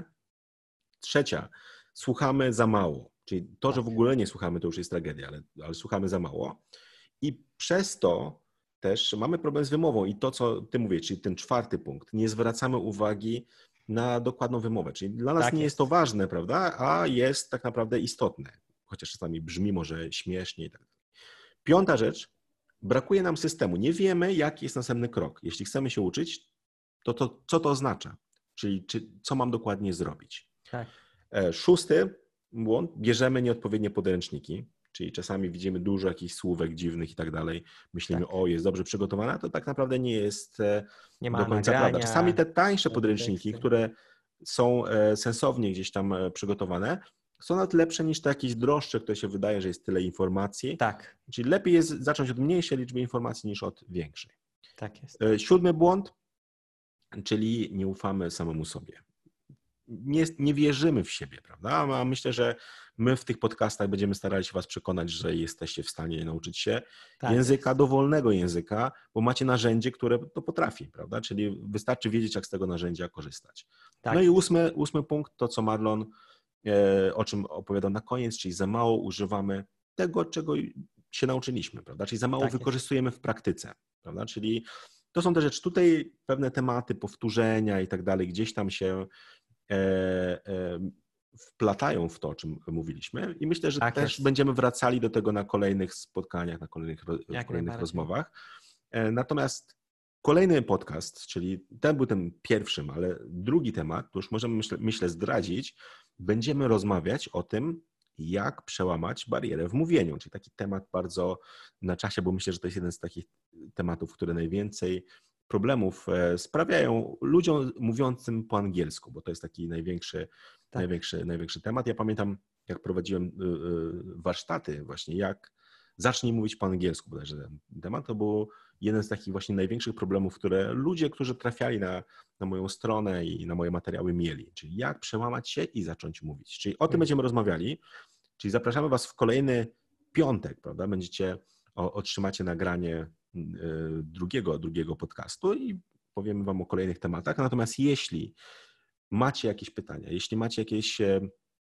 Trzecia, słuchamy za mało, czyli to, tak. że w ogóle nie słuchamy, to już jest tragedia, ale, ale słuchamy za mało. I przez to też mamy problem z wymową i to, co ty mówisz, czyli ten czwarty punkt, nie zwracamy uwagi na dokładną wymowę, czyli dla nas tak nie jest. jest to ważne, prawda, a jest tak naprawdę istotne. Chociaż czasami brzmi może śmiesznie i tak dalej. Piąta rzecz, brakuje nam systemu. Nie wiemy, jaki jest następny krok. Jeśli chcemy się uczyć, to, to co to oznacza? Czyli czy, co mam dokładnie zrobić? Tak. Szósty błąd, bierzemy nieodpowiednie podręczniki, czyli czasami widzimy dużo jakichś słówek dziwnych i tak dalej. Myślimy, tak. o, jest dobrze przygotowana, to tak naprawdę nie jest nie do końca nagrania, prawda. Czasami te tańsze podręczniki, teksty. które są sensownie gdzieś tam przygotowane, są nawet lepsze niż te jakieś droższe, które się wydaje, że jest tyle informacji. Tak. Czyli lepiej jest zacząć od mniejszej liczby informacji niż od większej. Tak jest. Siódmy błąd, czyli nie ufamy samemu sobie. Nie, nie wierzymy w siebie, prawda? A myślę, że my w tych podcastach będziemy starali się was przekonać, że jesteście w stanie nauczyć się tak języka, jest. dowolnego języka, bo macie narzędzie, które to potrafi, prawda? Czyli wystarczy wiedzieć, jak z tego narzędzia korzystać. Tak no jest. i ósmy, ósmy punkt, to co Marlon o czym opowiadał na koniec, czyli za mało używamy tego, czego się nauczyliśmy, prawda? Czyli za mało tak wykorzystujemy jest. w praktyce, prawda? Czyli to są te rzeczy, tutaj pewne tematy powtórzenia i tak dalej, gdzieś tam się e, e, wplatają w to, o czym mówiliśmy i myślę, że tak też jest. będziemy wracali do tego na kolejnych spotkaniach, na kolejnych, w kolejnych rozmowach. E, natomiast kolejny podcast, czyli ten był tym pierwszym, ale drugi temat, to już możemy myślę, myślę zdradzić, będziemy rozmawiać o tym, jak przełamać barierę w mówieniu, czyli taki temat bardzo na czasie, bo myślę, że to jest jeden z takich tematów, które najwięcej problemów sprawiają ludziom mówiącym po angielsku, bo to jest taki największy, tak. największy, największy temat. Ja pamiętam, jak prowadziłem warsztaty właśnie, jak zacznij mówić po angielsku, bodajże ten temat, to był jeden z takich właśnie największych problemów, które ludzie, którzy trafiali na, na moją stronę i na moje materiały mieli, czyli jak przełamać się i zacząć mówić. Czyli o tym będziemy rozmawiali, czyli zapraszamy was w kolejny piątek, prawda? Będziecie, o, otrzymacie nagranie y, drugiego, drugiego podcastu i powiemy wam o kolejnych tematach. Natomiast jeśli macie jakieś pytania, jeśli macie jakieś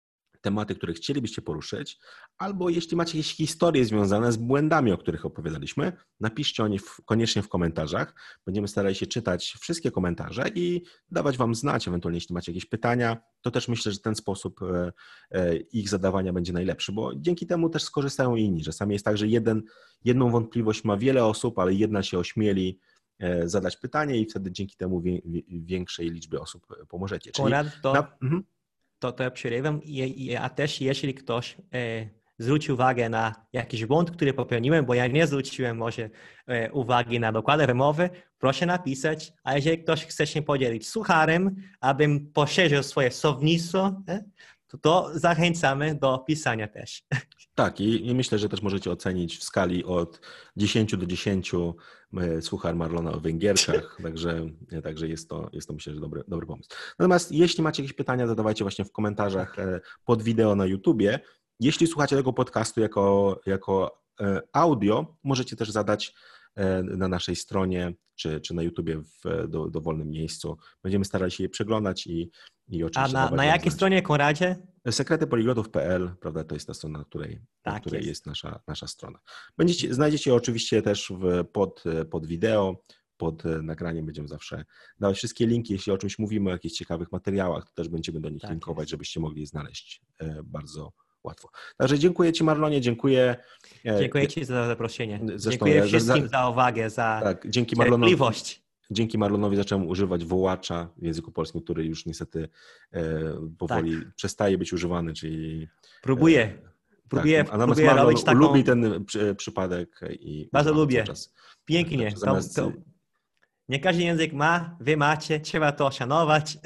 tematy, które chcielibyście poruszyć, albo jeśli macie jakieś historie związane z błędami, o których opowiadaliśmy, napiszcie o nich w, koniecznie w komentarzach. Będziemy starali się czytać wszystkie komentarze i dawać wam znać, ewentualnie jeśli macie jakieś pytania, to też myślę, że ten sposób e, e, ich zadawania będzie najlepszy, bo dzięki temu też skorzystają inni. Czasami jest tak, że jeden, jedną wątpliwość ma wiele osób, ale jedna się ośmieli e, zadać pytanie i wtedy dzięki temu wie, wie, większej liczbie osób pomożecie. Czyli Konrad, to... na, mhm. To, to ja przerywam, a też jeśli ktoś e, zwróci uwagę na jakiś błąd, który popełniłem, bo ja nie zwróciłem może e, uwagi na dokładne wymowy, proszę napisać, a jeżeli ktoś chce się podzielić sucharem, abym poszerzył swoje słownictwo, e, to, to zachęcamy do pisania też. Tak i, i myślę, że też możecie ocenić w skali od dziesięciu do dziesięciu suchar Marlona o węgierkach, także, także jest, to, jest to myślę, że dobry, dobry pomysł. Natomiast jeśli macie jakieś pytania, zadawajcie właśnie w komentarzach pod wideo na YouTubie. Jeśli słuchacie tego podcastu jako, jako audio, możecie też zadać na naszej stronie czy, czy na YouTubie w do, dowolnym miejscu. Będziemy starali się je przeglądać i, i oczywiście... A na, na jakiej stronie, Konradzie? sekrety poliglotów kropka p l, prawda, to jest ta strona, na której, tak na której jest. jest nasza, nasza strona. Będziecie, znajdziecie oczywiście też w, pod, pod wideo, pod nagraniem będziemy zawsze dawać wszystkie linki, jeśli o czymś mówimy, o jakichś ciekawych materiałach, to też będziemy do nich tak linkować, jest. Żebyście mogli je znaleźć bardzo łatwo. Także dziękuję Ci, Marlonie, dziękuję. Dziękuję Ci za zaproszenie. Zresztą dziękuję ja, wszystkim za, za uwagę, za tak, dzięki cierpliwość. Marlonowi, dzięki Marlonowi zacząłem używać wołacza w języku polskim, który już niestety e, powoli tak. przestaje być używany, czyli... Próbuję. E, próbuję, tak, a natomiast próbuję Marlon robić taką... lubi ten przy, przypadek i... Bardzo lubię. Czas. Pięknie. Tak, zamiast... to, to... Nie każdy język ma, wy macie, trzeba to szanować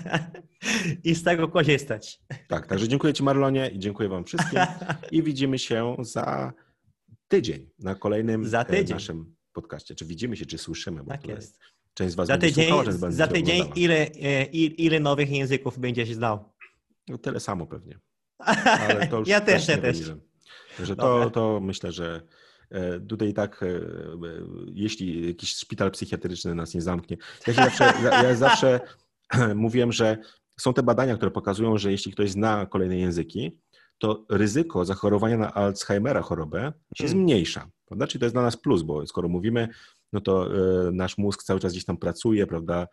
i z tego korzystać. Tak, także dziękuję Ci, Marlonie, i dziękuję Wam wszystkim i widzimy się za tydzień na kolejnym za tydzień. naszym podcaście. Czy widzimy się, czy słyszymy? Bo tak jest. Część z Was za będzie tydzień, słuchała, część z Was Za będzie tydzień oglądała. ile, ile nowych języków będziesz znał? No, tyle samo pewnie. Ale to już ja też, ja też. Także to, to myślę, że tutaj tak, jeśli jakiś szpital psychiatryczny nas nie zamknie. Ja, się zawsze, ja zawsze mówiłem, że są te badania, które pokazują, że jeśli ktoś zna kolejne języki, to ryzyko zachorowania na Alzheimera chorobę się hmm. zmniejsza. Prawda? Czyli to jest dla nas plus, bo skoro mówimy, no to nasz mózg cały czas gdzieś tam pracuje, prawda?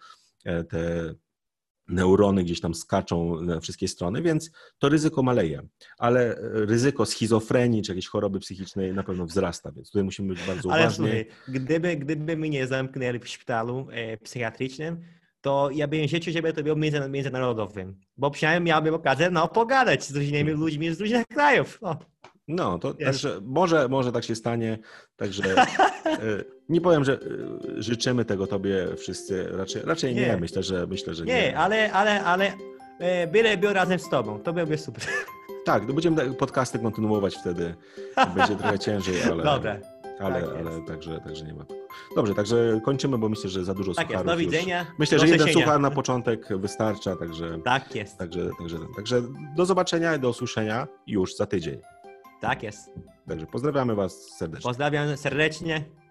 Te neurony gdzieś tam skaczą na wszystkie strony, więc to ryzyko maleje. Ale ryzyko schizofrenii czy jakiejś choroby psychicznej na pewno wzrasta, więc tutaj musimy być bardzo Ale uważni. Słuchaj, gdyby, gdyby mnie nie zamknęli w szpitalu e, psychiatrycznym, to ja bym życzył, żeby to było międzynarodowym, bo przynajmniej miałbym okazję no, pogadać z różnymi ludźmi z różnych krajów. No, no to yes. Także może, może tak się stanie, także nie powiem, że życzymy tego Tobie wszyscy, raczej, raczej nie. nie, myślę, że myślę, że nie. Nie, ale, ale, ale byle był razem z Tobą, to byłby super. Tak, no będziemy podcasty kontynuować wtedy, będzie trochę ciężej, ale... Dobra. Ale, tak ale także, także nie ma. Dobrze, także kończymy, bo myślę, że za dużo tak sucharów. Jest, do widzenia. Już. Myślę, do że jeden słyszenia. suchar na początek wystarcza, także. Tak jest. Także, także, także do zobaczenia i do usłyszenia już za tydzień. Tak jest. Także pozdrawiamy Was serdecznie. Pozdrawiam serdecznie.